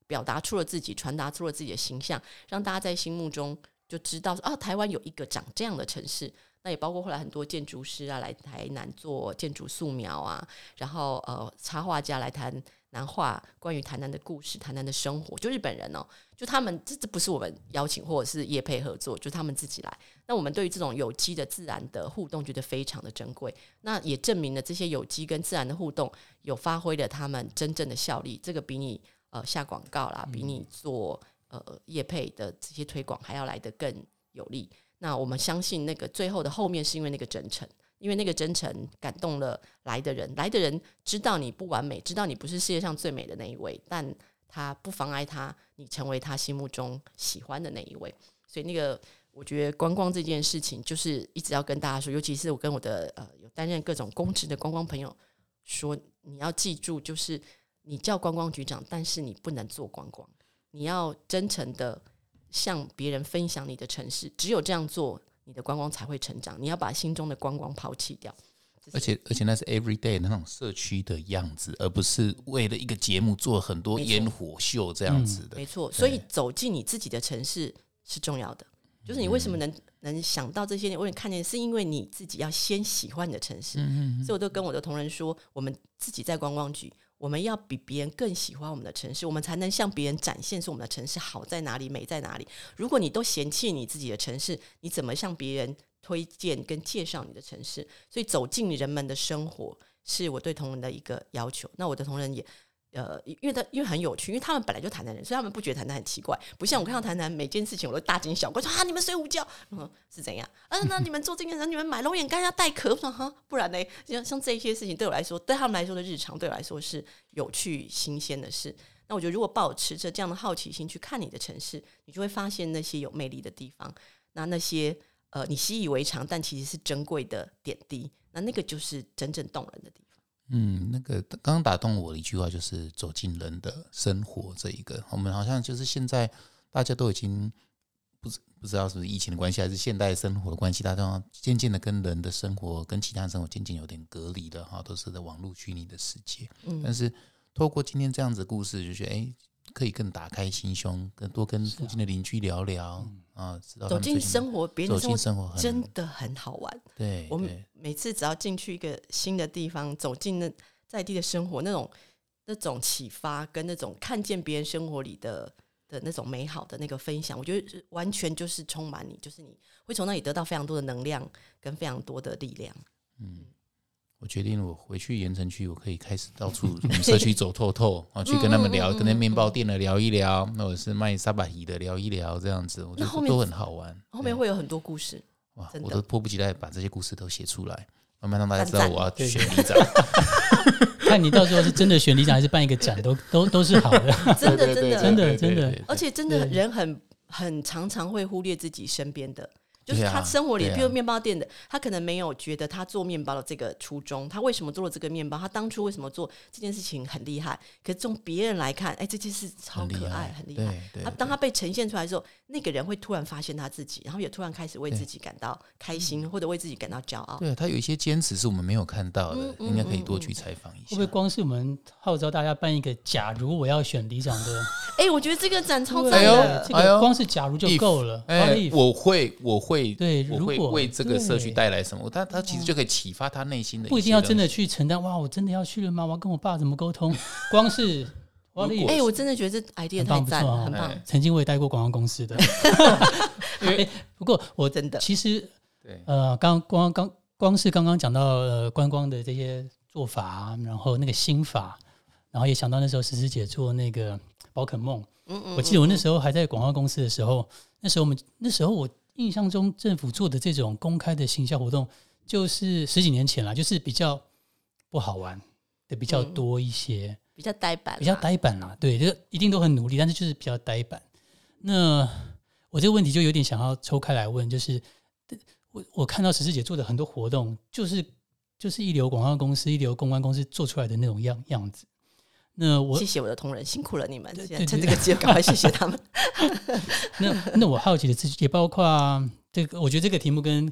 表达出了自己，传达出了自己的形象，让大家在心目中就知道说啊，台湾有一个长这样的城市。那也包括后来很多建筑师啊来台南做建筑素描啊，然后呃插画家来谈南画关于台南的故事，台南的生活，就日本人哦，就他们这这不是我们邀请或者是业配合作，就他们自己来。那我们对于这种有机的自然的互动觉得非常的珍贵，那也证明了这些有机跟自然的互动有发挥了他们真正的效力，这个比你呃下广告啦，比你做呃业配的这些推广还要来得更有力。那我们相信那个最后的后面是因为那个真诚，因为那个真诚感动了来的人，来的人知道你不完美，知道你不是世界上最美的那一位，但他不妨碍他你成为他心目中喜欢的那一位。所以那个我觉得观光这件事情就是一直要跟大家说，尤其是我跟我的呃有担任各种公职的观光朋友说，你要记住，就是你叫观光局长，但是你不能做观光，你要真诚的向别人分享你的城市，只有这样做你的观光才会成长。你要把心中的观光抛弃掉， 而且而且那是 everyday 的那种社区的样子，而不是为了一个节目做很多烟火秀这样子的。 没错，所以走进你自己的城市是重要的，就是你为什么能、嗯、能想到这些，我也看见是因为你自己要先喜欢你的城市。嗯嗯，所以我都跟我的同仁说，我们自己在观光局，我们要比别人更喜欢我们的城市，我们才能向别人展现说我们的城市好在哪里，美在哪里。如果你都嫌弃你自己的城市，你怎么向别人推荐跟介绍你的城市？所以走进人们的生活是我对同仁的一个要求。那我的同仁也呃，因为他因为很有趣，因为他们本来就台南人，所以他们不觉得台南很奇怪，不像我看到台南每件事情我都大惊小怪，说啊你们睡午觉、嗯、是怎样啊？那你们做这件事，你们买龙眼干要带壳，我说哈，不然呢？像像这些事情对我来说，对他们来说的日常，对我来说是有趣新鲜的事。那我觉得如果抱持着这样的好奇心去看你的城市，你就会发现那些有魅力的地方，那那些呃你习以为常但其实是珍贵的点滴，那那个就是真正动人的地方。 嗯，那个刚刚打动我的一句话就是走进人的生活，这一个我们好像就是现在大家都已经不不知道是不是疫情的关系还是现代生活的关系，大家渐渐的跟人的生活跟其他人生活渐渐有点隔离了哈，都是在网络虚拟的世界、嗯、但是透过今天这样子的故事就觉得哎，可以更打开心胸，更多跟附近的邻居聊聊、嗯啊、知道他们走进生活，别人的生活很真的很好玩。 对， 我们每次只要进去一个新的地方，走进那在地的生活，那种那种启发跟那种看见别人生活里的的那种美好的那个分享，我觉得完全就是充满你，就是你会从那里得到非常多的能量跟非常多的力量。嗯， 我决定我回去盐城区，我可以开始到处我们社区走透透啊，去跟他们聊，跟那面包店的聊一聊，或者是卖沙巴鱼的聊一聊，这样子我觉得都很好玩。 后面会有很多故事， 哇，我都迫不及待把这些故事都写出来，慢慢让大家知道我要选里长。 看你到时候是真的选里长还是办一个展，都都都是好的。 真的真的真的真的， 而且真的人很很常常会忽略自己身边的。就是他生活里，比如面包店的，他可能没有觉得他做面包的这个初衷，他为什么做了这个面包，他当初为什么做这件事情很厉害，可是从别人来看，哎，这件事超可爱，很厉害。对对对，当他被呈现出来的时候，那个人会突然发现他自己，然后也突然开始为自己感到开心，或者为自己感到骄傲。 对，他有一些坚持是我们没有看到的，嗯、应该可以多去采访一下。 会不会光是我们号召大家办一个假如我要选里长的？ 哎，我觉得这个展超赞的， 这个光是假如就够了。 哎，我会，我会， 对， 我会为这个社区带来什么？他他其实就可以启发他内心的一些。 不一定要真的去承担。哇，我真的要去了吗？我要跟我爸怎么沟通？光是哎、欸，我真的觉得这 idea 太赞了，很棒。 曾经我也带过广告公司的。欸、不过我真的其实呃，刚光刚光是刚刚讲到呃观光的这些做法，然后那个心法，然后也想到那时候石师姐做那个宝可梦。嗯嗯，我记得我那时候还在广告公司的时候，那时候我们那时候我印象中政府做的这种公开的行销活动，就是十几年前啦，就是比较不好玩的比较多一些。嗯， 比较呆板， 比较呆板啦，对，这一定都很努力，但是就是比较呆板。那我这个问题就有点想要抽开来问，就是我我看到石师姐做的很多活动，就是就是一流广告公司、一流公关公司做出来的那种样样子。那我谢谢我的同仁，辛苦了你们，趁这个机会赶快谢谢他们。 那那我好奇的也包括、啊、这个，我觉得这个题目跟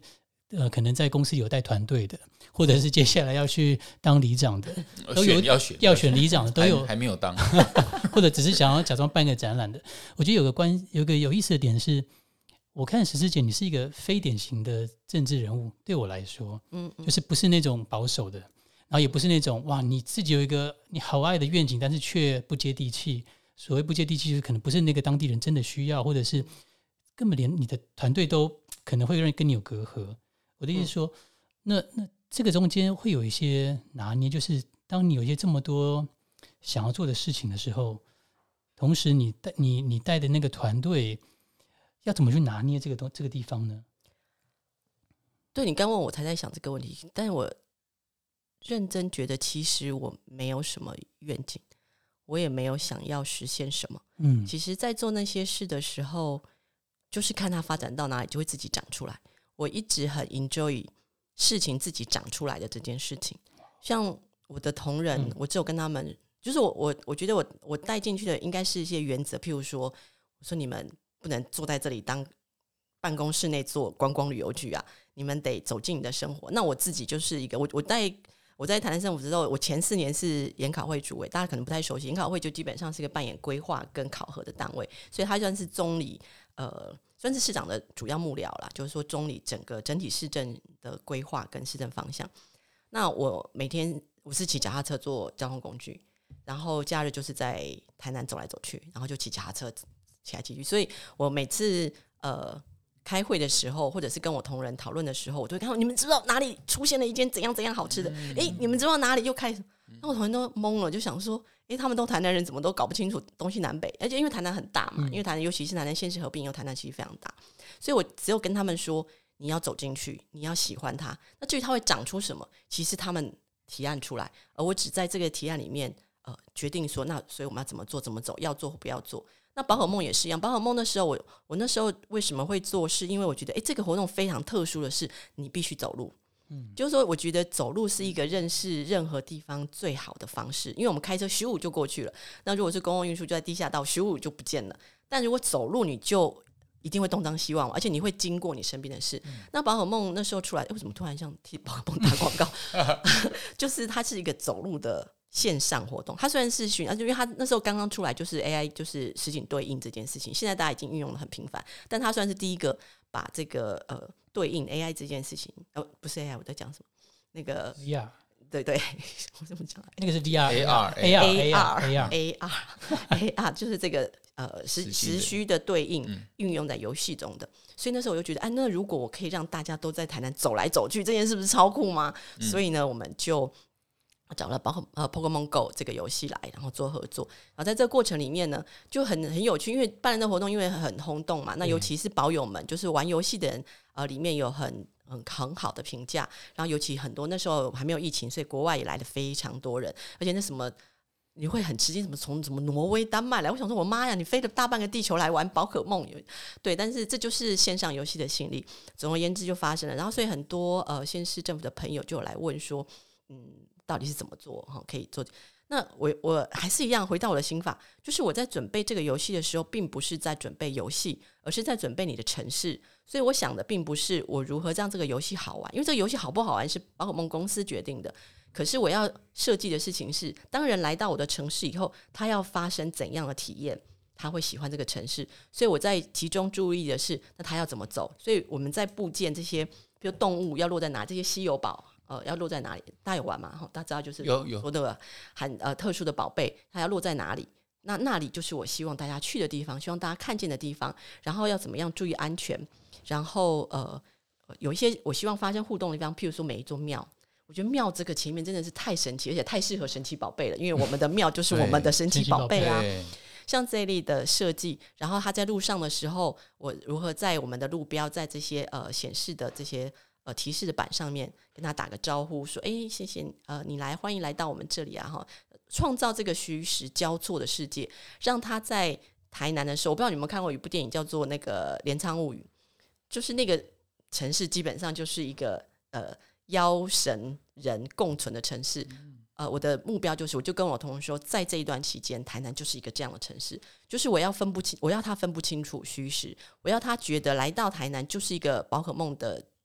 呃，可能在公司有带团队的，或者是接下来要去当里长的，都有要选要选里长的都有， 还, 还没有当， 或者只是想要假装办个展览的。我觉得有个关有个有意思的点是，我看石师姐你是一个非典型的政治人物，对我来说，嗯，就是不是那种保守的，然后也不是那种哇你自己有一个你好爱的愿景，但是却不接地气。所谓不接地气，就是可能不是那个当地人真的需要，或者是根本连你的团队都可能会让跟你有隔阂。我的意思是说，嗯、那那这个中间会有一些拿捏，就是当你有一些这么多想要做的事情的时候，同时你带你你带的那个团队要怎么去拿捏这个东这个地方呢？ 对，你刚问我才在想这个问题，但是我认真觉得，其实我没有什么愿景。我也没有想要实现什么，嗯，其实在做那些事的时候，就是看它发展到哪里就会自己长出来。我一直很 enjoy 事情自己长出来的这件事情。像我的同仁，嗯、我只有跟他们，就是我我我觉得我我带进去的应该是一些原则，譬如说，我说你们不能坐在这里当办公室内做观光旅游局啊，你们得走进你的生活。那我自己就是一个，我我带。我在台南政府之后，我前四年是研考会主委，大家可能不太熟悉。研考会就基本上是一个扮演规划跟考核的单位，所以它算是中里呃，算是市长的主要幕僚啦，就是说中里整个整体市政的规划跟市政方向。那我每天我是骑脚踏车做交通工具，然后假日就是在台南走来走去，然后就骑脚踏车骑来骑去，所以我每次呃。开会的时候，或者是跟我同仁讨论的时候，我就会看到你们知不知道哪里出现了一间怎样怎样好吃的？哎、嗯，你们知道哪里又开始？那我同仁都懵了，就想说，哎，他们都台南人，怎么都搞不清楚东西南北？而且因为台南很大嘛，因为台南尤其是台南县市合并以后，台南其实非常大，所以我只有跟他们说，你要走进去，你要喜欢它。那至于它会长出什么，其实他们提案出来，而我只在这个提案里面，呃，决定说，那所以我们要怎么做，怎么走，要做或不要做。那宝可梦也是一样，宝可梦的时候我，我我那时候为什么会做，是因为我觉得，哎，这个活动非常特殊的是，你必须走路。嗯，就是说，我觉得走路是一个认识任何地方最好的方式，因为我们开车十五就过去了，那如果是公共运输就在地下道，十五就不见了。但如果走路，你就一定会东张西望，而且你会经过你身边的事。嗯、那宝可梦那时候出来，为什么突然像替宝可梦打广告？就是它是一个走路的线上活动，它虽然是讯，而且因为它那时候刚刚出来，就是 A I 就是实景对应这件事情，现在大家已经运用的很频繁，但它算是第一个把这个呃对应 A I 这件事情，呃不是 A I， 我在讲什么？那个 V R， 对对，我怎么讲？ 那个是 V R，A R，A R，A R，A R，A R， 就是这个呃时时虚的对应、嗯、运用在游戏中的。所以那时候我就觉得，哎，那如果我可以让大家都在台南走来走去，这件事不是超酷吗？嗯、所以呢，我们就找了宝呃 Pokemon Go 这个游戏来，然后做合作。然后在这个过程里面呢，就很很有趣，因为办的活动因为很轰动嘛，那尤其是宝友们，就是玩游戏的人，呃，里面有很很很好的评价。然后尤其很多那时候还没有疫情，所以国外也来了非常多人，而且那什么。你会很吃惊，什么从什么挪威、丹麦来？我想说，我妈呀，你飞了大半个地球来玩宝可梦，对，但是这就是线上游戏的吸引力。总而言之，就发生了。然后，所以很多呃县市政府的朋友就有来问说，嗯，到底是怎么做哈，可以做？那我我还是一样回到我的心法，就是我在准备这个游戏的时候，并不是在准备游戏，而是在准备你的城市。所以我想的并不是我如何让这个游戏好玩，因为这个游戏好不好玩是宝可梦公司决定的。可是我要设计的事情是，当人来到我的城市以后，他要发生怎样的体验，他会喜欢这个城市。所以我在集中注意的是，那他要怎么走。所以我们在布建这些，比如动物要落在哪，这些稀有宝呃要落在哪里，大家有玩吗？大家知道就是有有说的很呃特殊的宝贝，它要落在哪里？那那里就是我希望大家去的地方，希望大家看见的地方。然后要怎么样注意安全？然后呃有一些我希望发生互动的地方，譬如说每一座庙。我觉得庙这个前面真的是太神奇，而且太适合神奇宝贝了，因为我们的庙就是我们的神奇宝贝啊。像这一类的设计，然后他在路上的时候，我如何在我们的路标，在这些呃显示的这些呃提示的板上面跟他打个招呼，说：“哎，谢谢呃你来，欢迎来到我们这里啊！”哈，创造这个虚实交错的世界，让他在台南的时候，我不知道你们有没有看过一部电影叫做那个《镰仓物语》，就是那个城市基本上就是一个呃。妖神人共存的城市，呃，我的目标就是，我就跟我同事说，在这一段期间，台南就是一个这样的城市，就是我要分不清，我要他分不清楚虚实，我要他觉得来到台南就是一个宝可梦的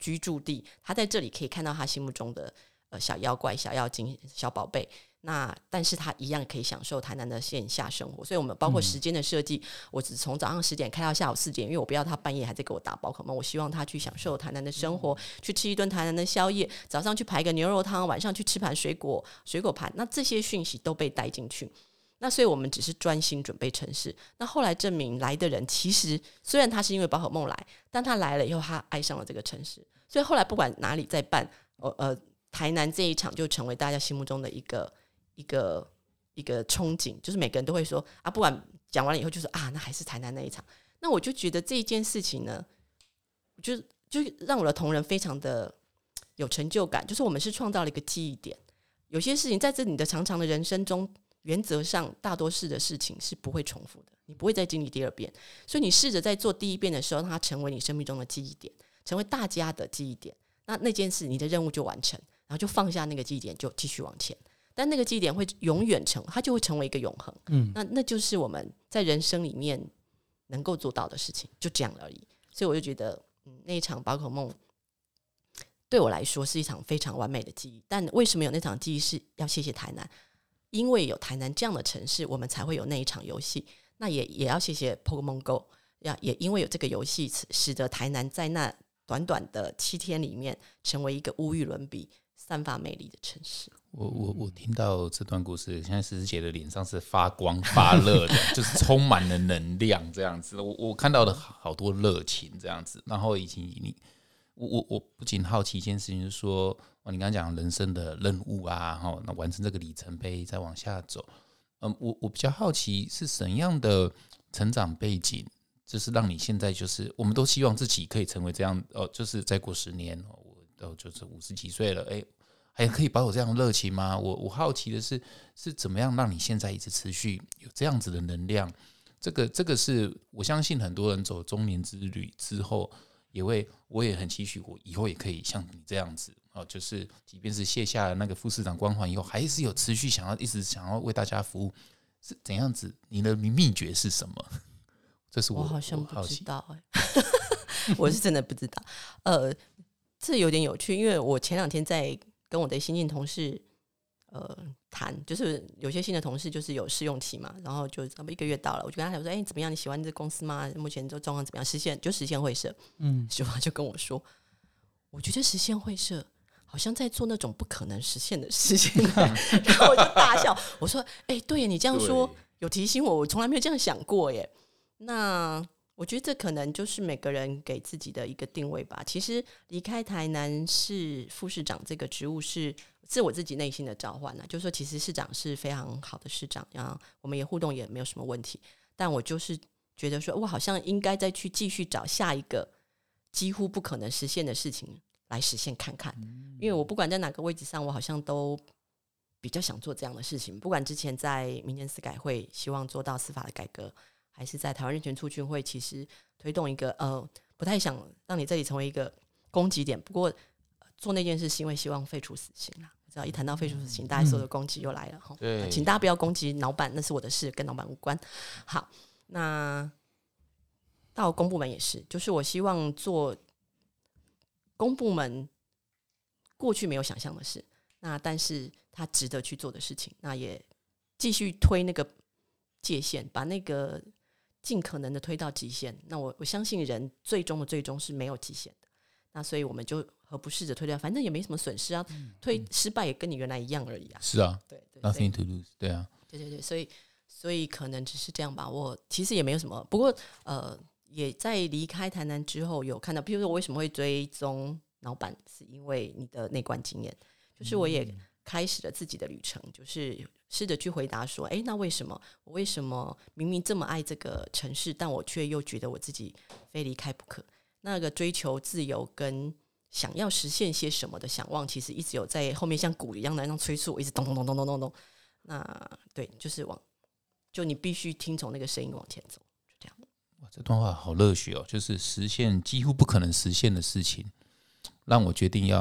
居住地，他在这里可以看到他心目中的呃小妖怪、小妖精、小宝贝。那但是他一样可以享受台南的线下生活，所以我们包括时间的设计、嗯、我只从早上十点开到下午四点，因为我不要他半夜还在给我打宝可梦，我希望他去享受台南的生活、嗯、去吃一顿台南的宵夜，早上去排个牛肉汤，晚上去吃盘水果水果盘，那这些讯息都被带进去。那所以我们只是专心准备城市，那后来证明来的人其实虽然他是因为宝可梦来，但他来了以后他爱上了这个城市，所以后来不管哪里在办呃呃，台南这一场就成为大家心目中的一个一个一个憧憬，就是每个人都会说啊，不管讲完了以后就说啊，那还是台南那一场。那我就觉得这一件事情呢，就就让我的同仁非常的有成就感，就是我们是创造了一个记忆点。有些事情在这你的长长的人生中，原则上大多数的事情是不会重复的，你不会再经历第二遍，所以你试着在做第一遍的时候，让它成为你生命中的记忆点，成为大家的记忆点。那那件事你的任务就完成，然后就放下那个记忆点，就继续往前。但那个记忆点会永远成，它就会成为一个永恒。嗯，那那就是我们在人生里面能够做到的事情，就这样而已。所以我就觉得，嗯，那一场宝可梦对我来说是一场非常完美的记忆。但为什么有那场记忆是要谢谢台南？因为有台南这样的城市，我们才会有那一场游戏。那也也要谢谢 Pokemon Go， 也因为有这个游戏，使得台南在那短短的七天里面，成为一个无与伦比、散发魅力的城市。 我我我听到这段故事，现在诗诗姐的脸上是发光发热的，就是充满了能量这样子。我我看到了好多热情这样子，然后以及你，我我我不仅好奇一件事情，就是说，你刚刚讲人生的任务啊，哈，那完成这个里程碑，再往下走。嗯，我我比较好奇是怎样的成长背景，就是让你现在就是我们都希望自己可以成为这样，哦，就是再过十年，我都就是五十几岁了，哎。还可以保有这样的热情吗？我我好奇的是，是怎么样让你现在一直持续有这样子的能量？这个这个是我相信很多人走中年之旅之后，也会我也很期许，我以后也可以像你这样子，哦，就是即便是卸下了那个副市长光环以后，还是有持续想要一直想要为大家服务，是怎样子？你的秘诀是什么？这是 我, 我好像不知道哎、欸，我是真的不知道。呃，这有点有趣，因为我前两天在跟我的新进同事呃谈，就是有些新的同事就是有试用期嘛，然后就差不多一个月到了，我就跟他讲说，哎、欸，怎么样？你喜欢这公司吗？目前这状况怎么样？实现就实现会社，嗯，就他就跟我说，我觉得实现会社好像在做那种不可能实现的事情，然后我就大笑，我说，哎、欸，对耶，你这样说有提醒我，我从来没有这样想过耶。那我觉得这可能就是每个人给自己的一个定位吧。其实离开台南市副市长这个职务是是我自己内心的召唤啦，就是说其实市长是非常好的市长，然后我们也互动也没有什么问题，但我就是觉得说我好像应该再去继续找下一个几乎不可能实现的事情来实现看看，因为我不管在哪个位置上，我好像都比较想做这样的事情。不管之前在民间司改会希望做到司法的改革，还是在台湾人权促进会，其实推动一个呃，不太想让你这里成为一个攻击点。不过、呃、做那件事是因为希望废除死刑啦。只要一谈到废除死刑，大家所有的攻击又来了、嗯、请大家不要攻击老板，那是我的事，跟老板无关。好，那到公部门也是，就是我希望做公部门过去没有想象的事，那但是他值得去做的事情，那也继续推那个界限，把那个尽可能的推到极限。那我我相信人最终的最终是没有极限的，那所以我们就何不试着推掉，反正也没什么损失啊，嗯、推失败也跟你原来一样而已啊。 是啊， 对对 ，nothing to lose， 对啊， 对对对，所以所以可能只是这样吧。我其实也没有什么，不过呃，也在离开台南之后有看到，譬如说我为什么会追踪老板，是因为你的内观经验，就是我也开始了自己的旅程，就是试着去回答说，哎，那为什么我为什么明明这么爱这个城市，但我却又觉得我自己非离开不可？那个追求自由跟想要实现些什么的想望，其实一直有在后面像鼓一样的那种催促我，一直咚咚咚咚咚咚咚。那对，就是往，就你必须听从那个声音往前走，就这样。 哇，这段话好热血哦！就是实现几乎不可能实现的事情，让我决定要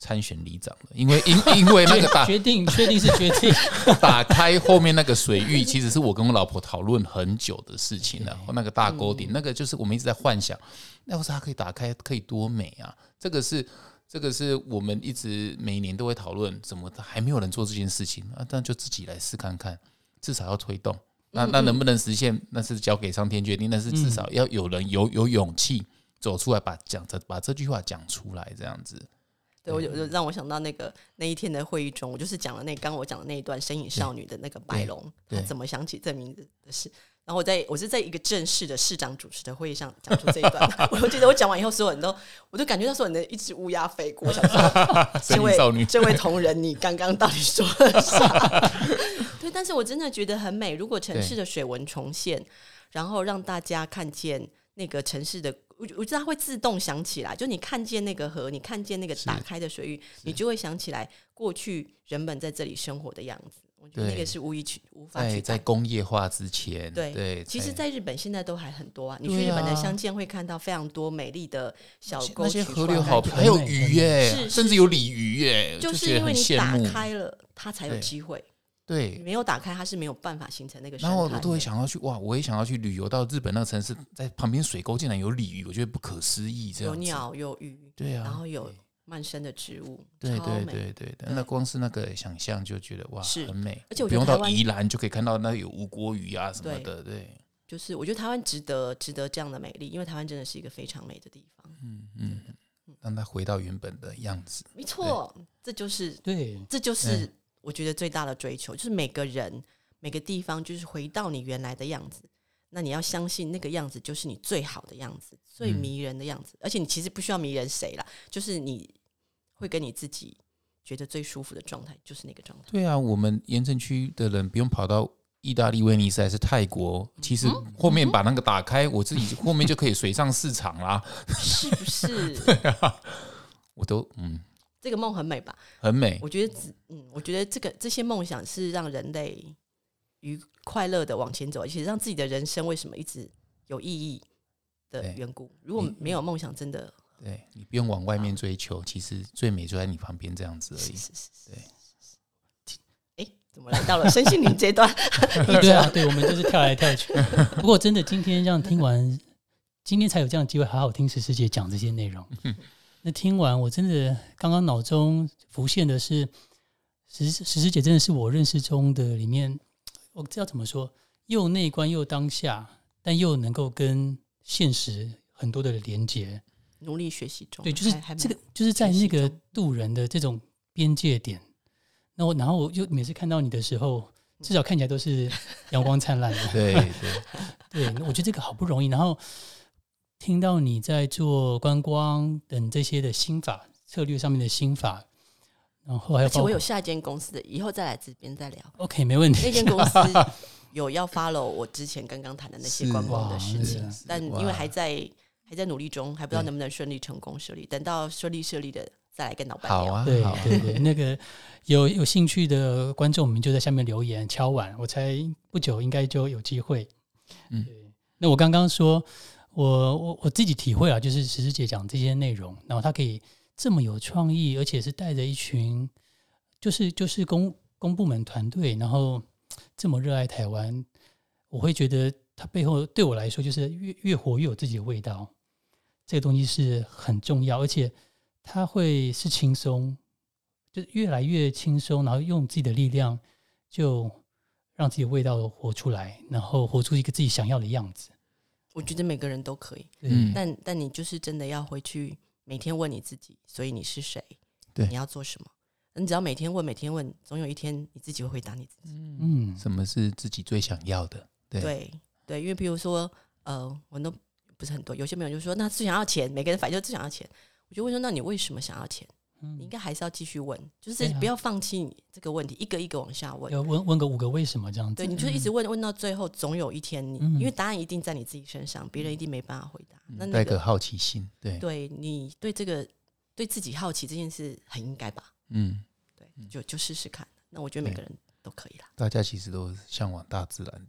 参选里长了，因为因因为那个打决定确定是决定打开后面那个水域，其实是我跟我老婆讨论很久的事情了。那个大沟顶，那个就是我们一直在幻想，那要是它可以打开，可以多美啊！这个是这个是我们一直每年都会讨论，怎么还没有人做这件事情啊？但就自己来试看看，至少要推动。那那能不能实现，那是交给上天决定。但是至少要有人有有勇气走出来把讲把这句话讲出来，这样子。 对，我就让我想到那个那一天的会议中，我就是讲了那刚刚我讲的那一段身影少女的那个白龙，她怎么想起这名字的事。然后我在我是在一个正式的市长主持的会议上讲出这一段，我记得我讲完以后，所有人都，我就感觉到所有人的一只乌鸦飞过，我想说，这位这位同仁，你刚刚到底说了啥？对，但是我真的觉得很美。如果城市的水文重现，然后让大家看见那个城市的，我我觉得它会自动想起来，就你看见那个河，你看见那个打开的水域，你就会想起来过去人们在这里生活的样子。我觉得那个是无以取无法取代。 在工业化之前， 对对， 其实，在日本现在都还很多啊。你去日本的乡间会看到非常多美丽的小沟渠， 那些河流好漂亮，还有鱼耶，甚至有鲤鱼耶， 就是因为你打开了，它才有机会。 对， 你没有打开，它是没有办法形成那个生态。 然后我都会想要去哇，我也想要去旅游到日本那个城市，在旁边水沟竟然有鲤鱼，我觉得不可思议。这样有鸟有鱼， 对啊， 然后有漫生的植物， 对对对对对，那光是那个想象就觉得哇，很美。 而且我不用到宜兰就可以看到那有吴郭鱼啊什么的，对。 就是我觉得台湾值得值得这样的美丽，因为台湾真的是一个非常美的地方。 嗯嗯，让它回到原本的样子。 没错，这就是对， 这就是我觉得最大的追求，就是每个人每个地方就是回到你原来的样子。那你要相信那个样子就是你最好的样子，最迷人的样子。嗯、而且你其实不需要迷人谁啦，就是你会跟你自己觉得最舒服的状态，就是那个状态。 对啊，我们盐城区的人不用跑到意大利、威尼斯还是泰国，其实后面把那个打开，我自己后面就可以水上市场啦， 是不是？ 对啊，我都嗯。 这个梦很美吧？ 很美。 我觉得，嗯，我觉得这个这些梦想是让人类愉快乐的往前走，而且让自己的人生为什么一直有意义的缘故。如果没有梦想，真的， 对你不用往外面追求，其实最美就在你旁边这样子而已。 是是是， 对。 哎，怎么来到了身心灵阶段？ 对啊，对，我们就是跳来跳去。不过真的，今天这样听完，今天才有这样的机会好好听石师姐讲这些内容。那听完，我真的刚刚脑中浮现的是，石石师姐真的是我认识中的里面，我知道怎么说，又内观又当下，但又能够跟现实很多的连结。 努力学习中， 对，就是这个，就是在那个渡人的这种边界点。那我然后我就每次看到你的时候，至少看起来都是阳光灿烂的。 对对对，我觉得这个好不容易，然后。听到你在做观光等这些的心法策略上面的心法，然后还有， 而且我有下一间公司的，以后再来这边再聊。 OK， 没问题。 那间公司有要 follow 我之前刚刚谈的那些观光的事情，但因为还在还在努力中，还不知道能不能顺利成功设立。等到顺利设立的，再来跟老板聊。 好啊， 对对对，那个有有兴趣的观众们就在下面留言敲碗，我猜不久应该就有机会。嗯，对。那我刚刚说。我我我自己体会啊，就是石师姐讲这些内容，然后她可以这么有创意，而且是带着一群，就是就是公公部门团队，然后这么热爱台湾，我会觉得她背后对我来说，就是越越活越有自己的味道，这个东西是很重要，而且它会是轻松，就越来越轻松，然后用自己的力量，就让自己的味道活出来，然后活出一个自己想要的样子。 我觉得每个人都可以， 嗯， 但但你就是真的要回去每天问你自己，所以你是谁？ 对， 你要做什么？你只要每天问，每天问，总有一天你自己会回答你自己。 嗯，什么是自己最想要的？对对对，因为比如说，呃，我都不是很多，有些朋友就说，那最想要钱，每个人反正就最想要钱。我就问说，那你为什么想要钱？你应该还是要继续问，就是不要放弃你这个问题，一个一个往下问， 要问问个五个为什么这样子。 对，你就一直问，问到最后，总有一天你，因为答案一定在你自己身上，别人一定没办法回答。那带个好奇心，对， 对你对这个对自己好奇这件事很应该吧？ 嗯， 对，就就试试看。那我觉得每个人都可以啦。 大家其实都向往大自然的，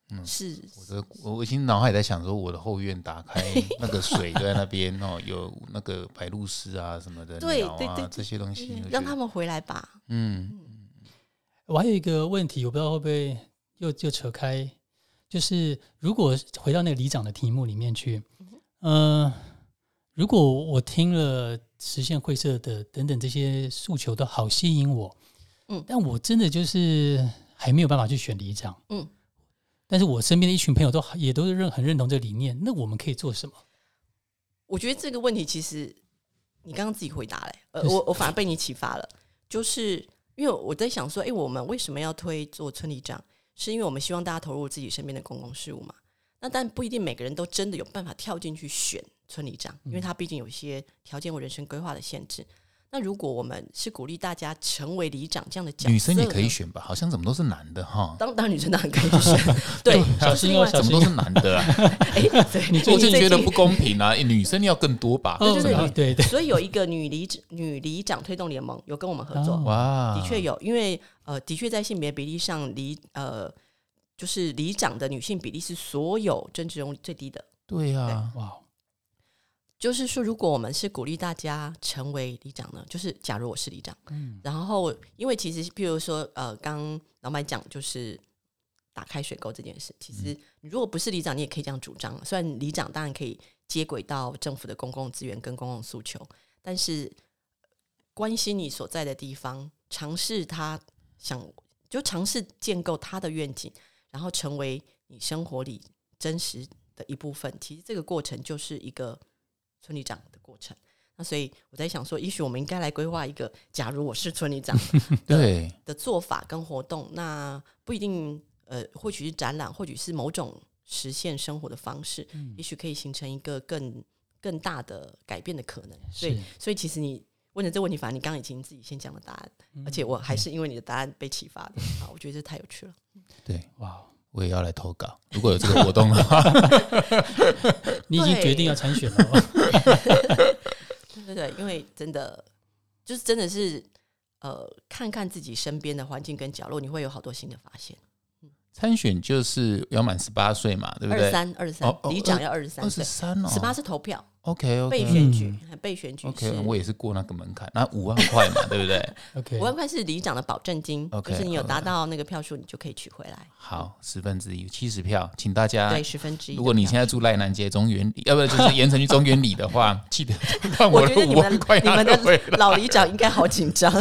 嗯，是我的我已经脑海在想说，我的后院打开那个水都在那边哦，有那个白鹭鸶啊什么的对鸟啊对对对这些东西， 让他们回来吧。 嗯， 我还有一个问题，我不知道会不会又又扯开，就是如果回到那个里长的题目里面去，嗯、呃，如果我听了实现会社的等等这些诉求都好吸引我，嗯，但我真的就是还没有办法去选里长，嗯。但是我身边的一群朋友都也都认很认同这个理念，那我们可以做什么？ 我觉得这个问题其实你刚刚自己回答了、欸，呃，我我反而被你启发了，就是因为我在想说，哎、欸，我们为什么要推做村里长？是因为我们希望大家投入自己身边的公共事务嘛？那但不一定每个人都真的有办法跳进去选村里长，因为他毕竟有一些条件或人生规划的限制。那如果我们是鼓励大家成为里长这样的角色， 女生也可以选吧？好像怎么都是男的哈。 当当然女生当然可以选，对， 小心哦， 怎么都是男的啊？ 哎、欸， 你我就觉得不公平啊！欸、女生要更多吧？ 对对对对对。 所以有一个女里女里长推动联盟有跟我们合作，哇，的确有，因为呃，的确在性别比例上，里呃就是里长的女性比例是所有政治人物最低的。 对啊，哇。 就是说，如果我们是鼓励大家成为里长呢，就是假如我是里长，嗯，然后因为其实，譬如说，呃，刚老板讲就是打开水沟这件事，其实你如果不是里长，你也可以这样主张。虽然里长当然可以接轨到政府的公共资源跟公共诉求，但是关心你所在的地方，尝试他想就尝试建构他的愿景，然后成为你生活里真实的一部分。其实这个过程就是一个村里长的过程，那所以我在想说，也许我们应该来规划一个，假如我是村里长的对的做法跟活动，那不一定呃，或许是展览，或许是某种实现生活的方式，嗯、也许可以形成一个更更大的改变的可能。所以，所以其实你问的这个问题，反正你刚刚已经自己先讲了答案，嗯、而且我还是因为你的答案被启发的啊，我觉得这太有趣了。 对，哇。我也要来投稿，如果有这个活动的话， 你已经决定要参选了吗？ 对对对，因为真的就是真的是呃，看看自己身边的环境跟角落，你会有好多新的发现。 参选就是要满十八岁嘛，对不对？ 二十三，二十三，里长要二十三， 二十三哦， 十八是投票。 OK OK， 被选举，嗯、被选举 OK， 我也是过那个门槛，那五万块嘛，对不对 ？OK， 五万块是里长的保证金， okay, 就是你有达到那个票数，你就可以取回来。 好，十分之一，七十票，请大家对十分之一。 如果你现在住赖南街中原里，要不就是盐城区中原里的话，记得让我的五万块拿回来。 你们的老里长应该好紧张。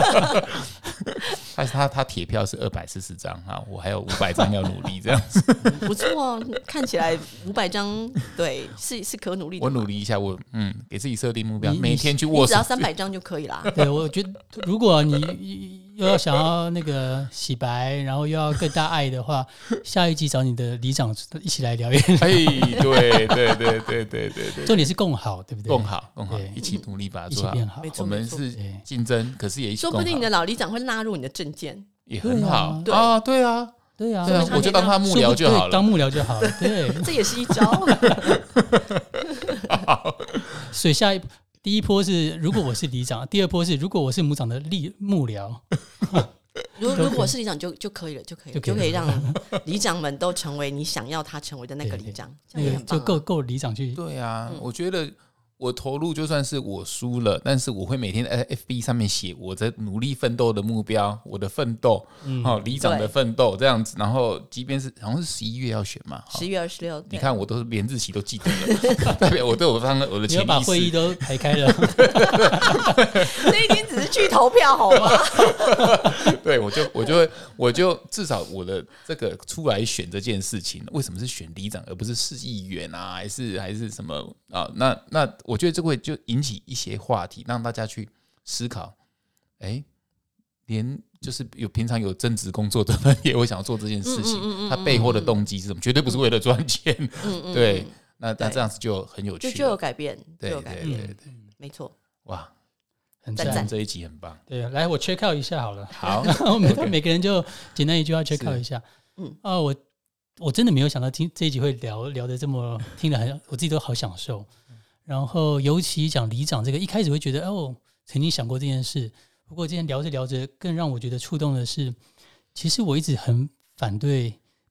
但是他他铁票是二百四十张啊，我还有五百张要努力这样子。 不错，看起来五百张对是是可努力的。 我努力一下，我嗯给自己设定目标，每天去握手， 只要三百张就可以啦。 对，我觉得如果你又要想要那个洗白，然后又要更大爱的话，下一集找你的里长一起来聊一聊。 哎，对对对对对对对， 重点是共好，对不对？ 共好共好，一起努力把它做好， 一起变好。 我们是竞争，可是也一起共好。 说不定你的老里长会纳入你的政见， 也很好对啊，对啊。 对啊， 对啊，我就当他幕僚就好了， 当幕僚就好了。对， 这也是一招。 所以下一第一波是如果我是里长，第二波是如果我是母长的立幕僚。 如如果是里长就就可以了，就可以了，就可以让里长们都成为你想要他成为的那个里长，这样也很棒、啊。 就够够里长去。 对啊，嗯、我觉得。我投入就算是我输了，但是我会每天在 F B 上面写我在努力奋斗的目标，我的奋斗，嗯，哦，里长的奋斗这样子。然后，即便是好像是十一月要选嘛， 十月二十六， 你看我都是连日期都记得了，代表我对我放我的潜意识， 你要把会议都排开了。 那一天只是去投票，好吗？ 对，我就我就会我就至少我的这个出来选这件事情，为什么是选里长而不是市议员啊？还是还是什么啊？那那。我觉得这会就引起一些话题，让大家去思考。哎，连就是有平常有正职工作的人也会想要做这件事情，嗯嗯嗯嗯嗯他背后的动机是什么？绝对不是为了赚钱。嗯嗯对，那那这样子就很有趣， 就就有改变，就对有改变， 对对对， 没错。 哇， 很赞！这一集很棒。 对，来我 check out 一下好了。 好， 我们每个人就简单一句话 check out 一下。嗯啊，我我真的没有想到听这一集会聊聊的这么听得很，我自己都好享受。然后，尤其讲里长这个，一开始会觉得哦，曾经想过这件事。不过今天聊着聊着，更让我觉得触动的是，其实我一直很反对，比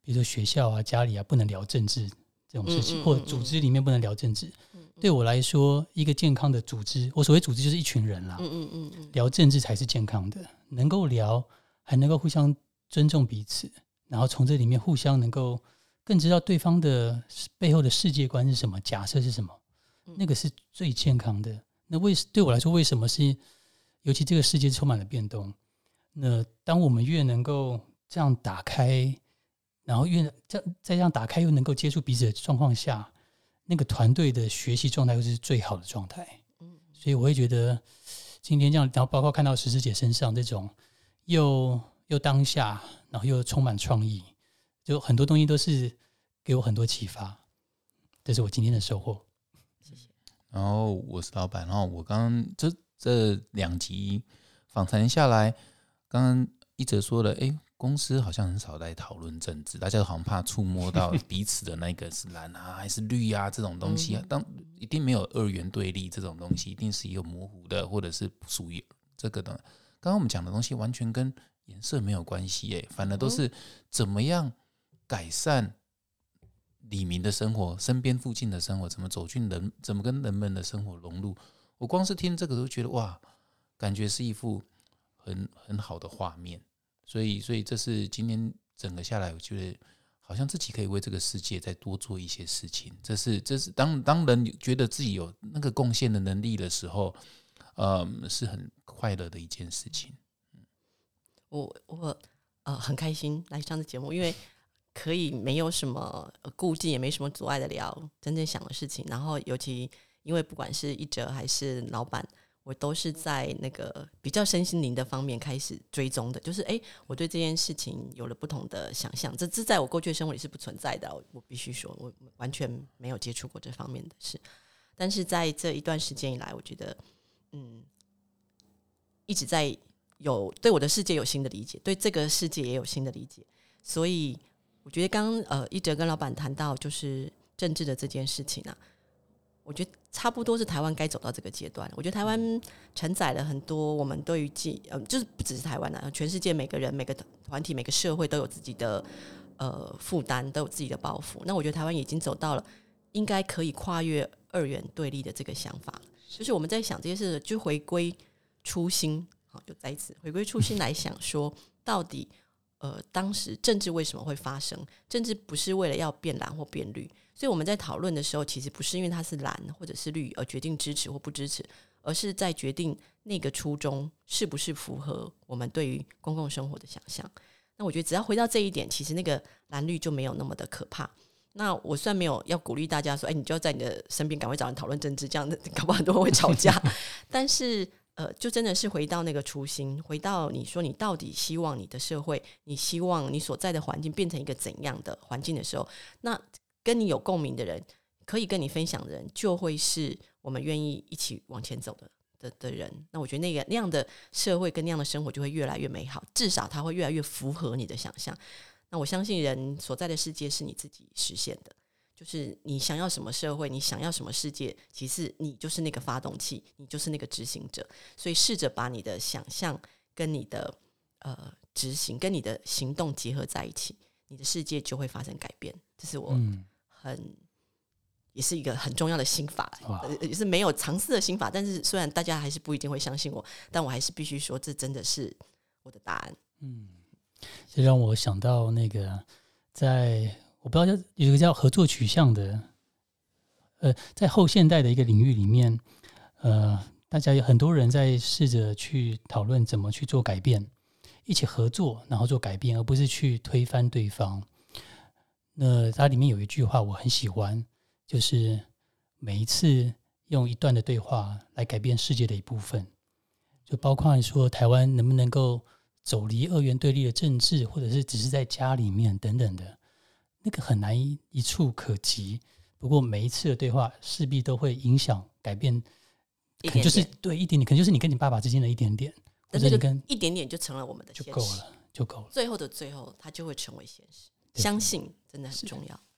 比如说学校啊、家里啊不能聊政治这种事情， 嗯嗯嗯嗯， 或者组织里面不能聊政治。嗯嗯，对我来说，一个健康的组织，我所谓组织就是一群人啦，嗯嗯嗯嗯，聊政治才是健康的，能够聊，还能够互相尊重彼此，然后从这里面互相能够更知道对方的背后的世界观是什么，假设是什么，那个是最健康的。那为对我来说，为什么是？尤其这个世界充满了变动，那当我们越能够这样打开，然后越这样在这样打开又能够接触彼此的状况下，那个团队的学习状态又是最好的状态。所以我会觉得今天这样，然后包括看到石师姐身上这种又又当下，然后又充满创意，就很多东西都是给我很多启发，这是我今天的收获。 谢谢。 然后我是老板，然后我刚刚这这两集访谈下来，刚刚一哲说了，哎，公司好像很少在讨论政治，大家好像怕触摸到彼此的那个是蓝啊还是绿啊这种东西啊，当一定没有二元对立这种东西，一定是一个模糊的，或者是不属于这个的。刚刚我们讲的东西完全跟颜色没有关系耶，反而都是怎么样改善里民的生活，身边附近的生活，怎么走进人，怎么跟人们的生活融入。我光是听这个都觉得哇，感觉是一幅很很好的画面。所以，所以这是今天整个下来，我觉得好像自己可以为这个世界再多做一些事情。这是，这是当当人觉得自己有那个贡献的能力的时候，嗯，是很快乐的一件事情。 我我呃很开心来上这节目，因为可以没有什么顾忌，也没什么阻碍的聊真正想的事情。然后尤其因为不管是一哲还是老板，我都是在那个比较身心灵的方面开始追踪的，就是哎，我对这件事情有了不同的想象，这这在我过去的生活里是不存在的。我我必须说，我完全没有接触过这方面的事。但是在这一段时间以来，我觉得嗯，一直在有对我的世界有新的理解，对这个世界也有新的理解。所以我觉得刚刚呃一哲跟老板谈到就是政治的这件事情啊，我觉得差不多是台湾该走到这个阶段。我觉得台湾承载了很多我们对于记呃，就是不只是台湾啊，全世界每个人、每个团体、每个社会都有自己的呃负担，都有自己的包袱。那我觉得台湾已经走到了应该可以跨越二元对立的这个想法了。就是我们在想这些事，就回归初心，好，就再一次回归初心来想说，到底呃当时政治为什么会发生？政治不是为了要变蓝或变绿。所以我们在讨论的时候，其实不是因为它是蓝或者是绿而决定支持或不支持，而是在决定那个初衷是不是符合我们对于公共生活的想象。那我觉得只要回到这一点，其实那个蓝绿就没有那么的可怕。那我虽然没有要鼓励大家说，哎，你就要在你的身边赶快找人讨论政治，这样的搞不好很多人会吵架。但是呃，就真的是回到那个初心，回到你说你到底希望你的社会，你希望你所在的环境变成一个怎样的环境的时候，那跟你有共鸣的人，可以跟你分享的人，就会是我们愿意一起往前走的 的, 的人。那我觉得那个那样的社会跟那样的生活就会越来越美好，至少它会越来越符合你的想象。那我相信人所在的世界是你自己实现的，就是你想要什么社会，你想要什么世界，其实你就是那个发动器，你就是那个执行者。所以试着把你的想象跟你的呃执行跟你的行动结合在一起，你的世界就会发生改变。这是我很、嗯、也是一个很重要的心法，也是没有尝试的心法。但是虽然大家还是不一定会相信我，但我还是必须说，这真的是我的答案。 嗯，这让我想到那个，在我不知道有一个叫合作取向的，呃，在后现代的一个领域里面，呃，大家有很多人在试着去讨论怎么去做改变，一起合作，然后做改变，而不是去推翻对方。那它里面有一句话我很喜欢，就是每一次用一段的对话来改变世界的一部分，就包括说台湾能不能够走离二元对立的政治，或者是只是在家里面等等的，那个很难一触可及。不过每一次的对话势必都会影响改变，可能就是对一点点，可能就是你跟你爸爸之间的一点点，或者你跟一点点就成了我们的现实， 就够了，就够了。 最后的最后，它就会成为现实。相信真的很重要。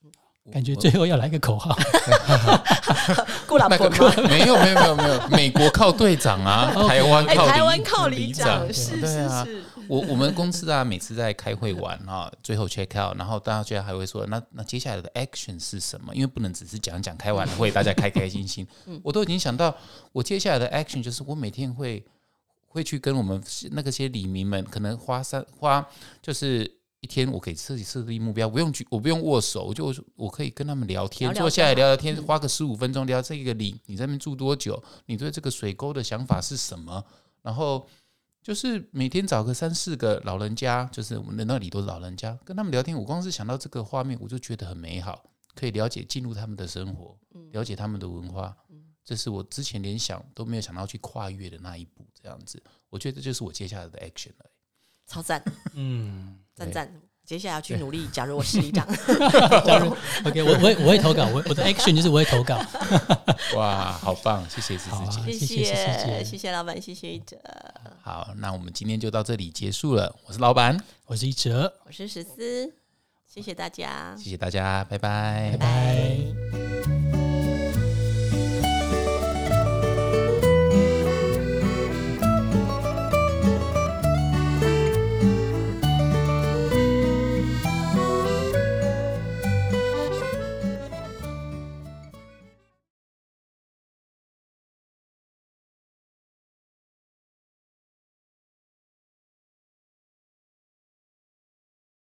感觉最后要来个口号， 顾老婆吗？ 没有没有没有没有，美国靠队长啊，台湾靠台湾靠里长，是是是。 我我们公司啊，每次在开会完啊，最后 check out， 然后大家还会说，那那接下来的 action 是什么？因为不能只是讲讲开完会，大家开开心心。我都已经想到，我接下来的 action 就是我每天会会去跟我们那个些里民们，可能花三花就是一天，我给自己设立目标，不用我不用握手，我就我可以跟他们聊天， 聊聊坐下来聊聊天，花个十五分钟聊这个里，你在那边住多久？你对这个水沟的想法是什么？然后。就是每天找个三四个老人家，就是我们的那里都是老人家，跟他们聊天。我光是想到这个画面，我就觉得很美好，可以了解进入他们的生活，了解他们的文化。这是我之前连想都没有想到去跨越的那一步，这样子，我觉得这就是我接下来的 action 了。 超赞， 嗯， 赞赞。接下来要去努力。假如我是里长 ，OK， 我我会我会投稿，我我的 action 就是我会投稿。 哇，好棒，谢谢思思姐， 谢谢谢谢谢谢老板，谢谢一哲。 好，那我们今天就到这里结束了。我是老板， 我是一哲， 我是十四，谢谢大家， 谢谢大家，拜拜， 拜拜。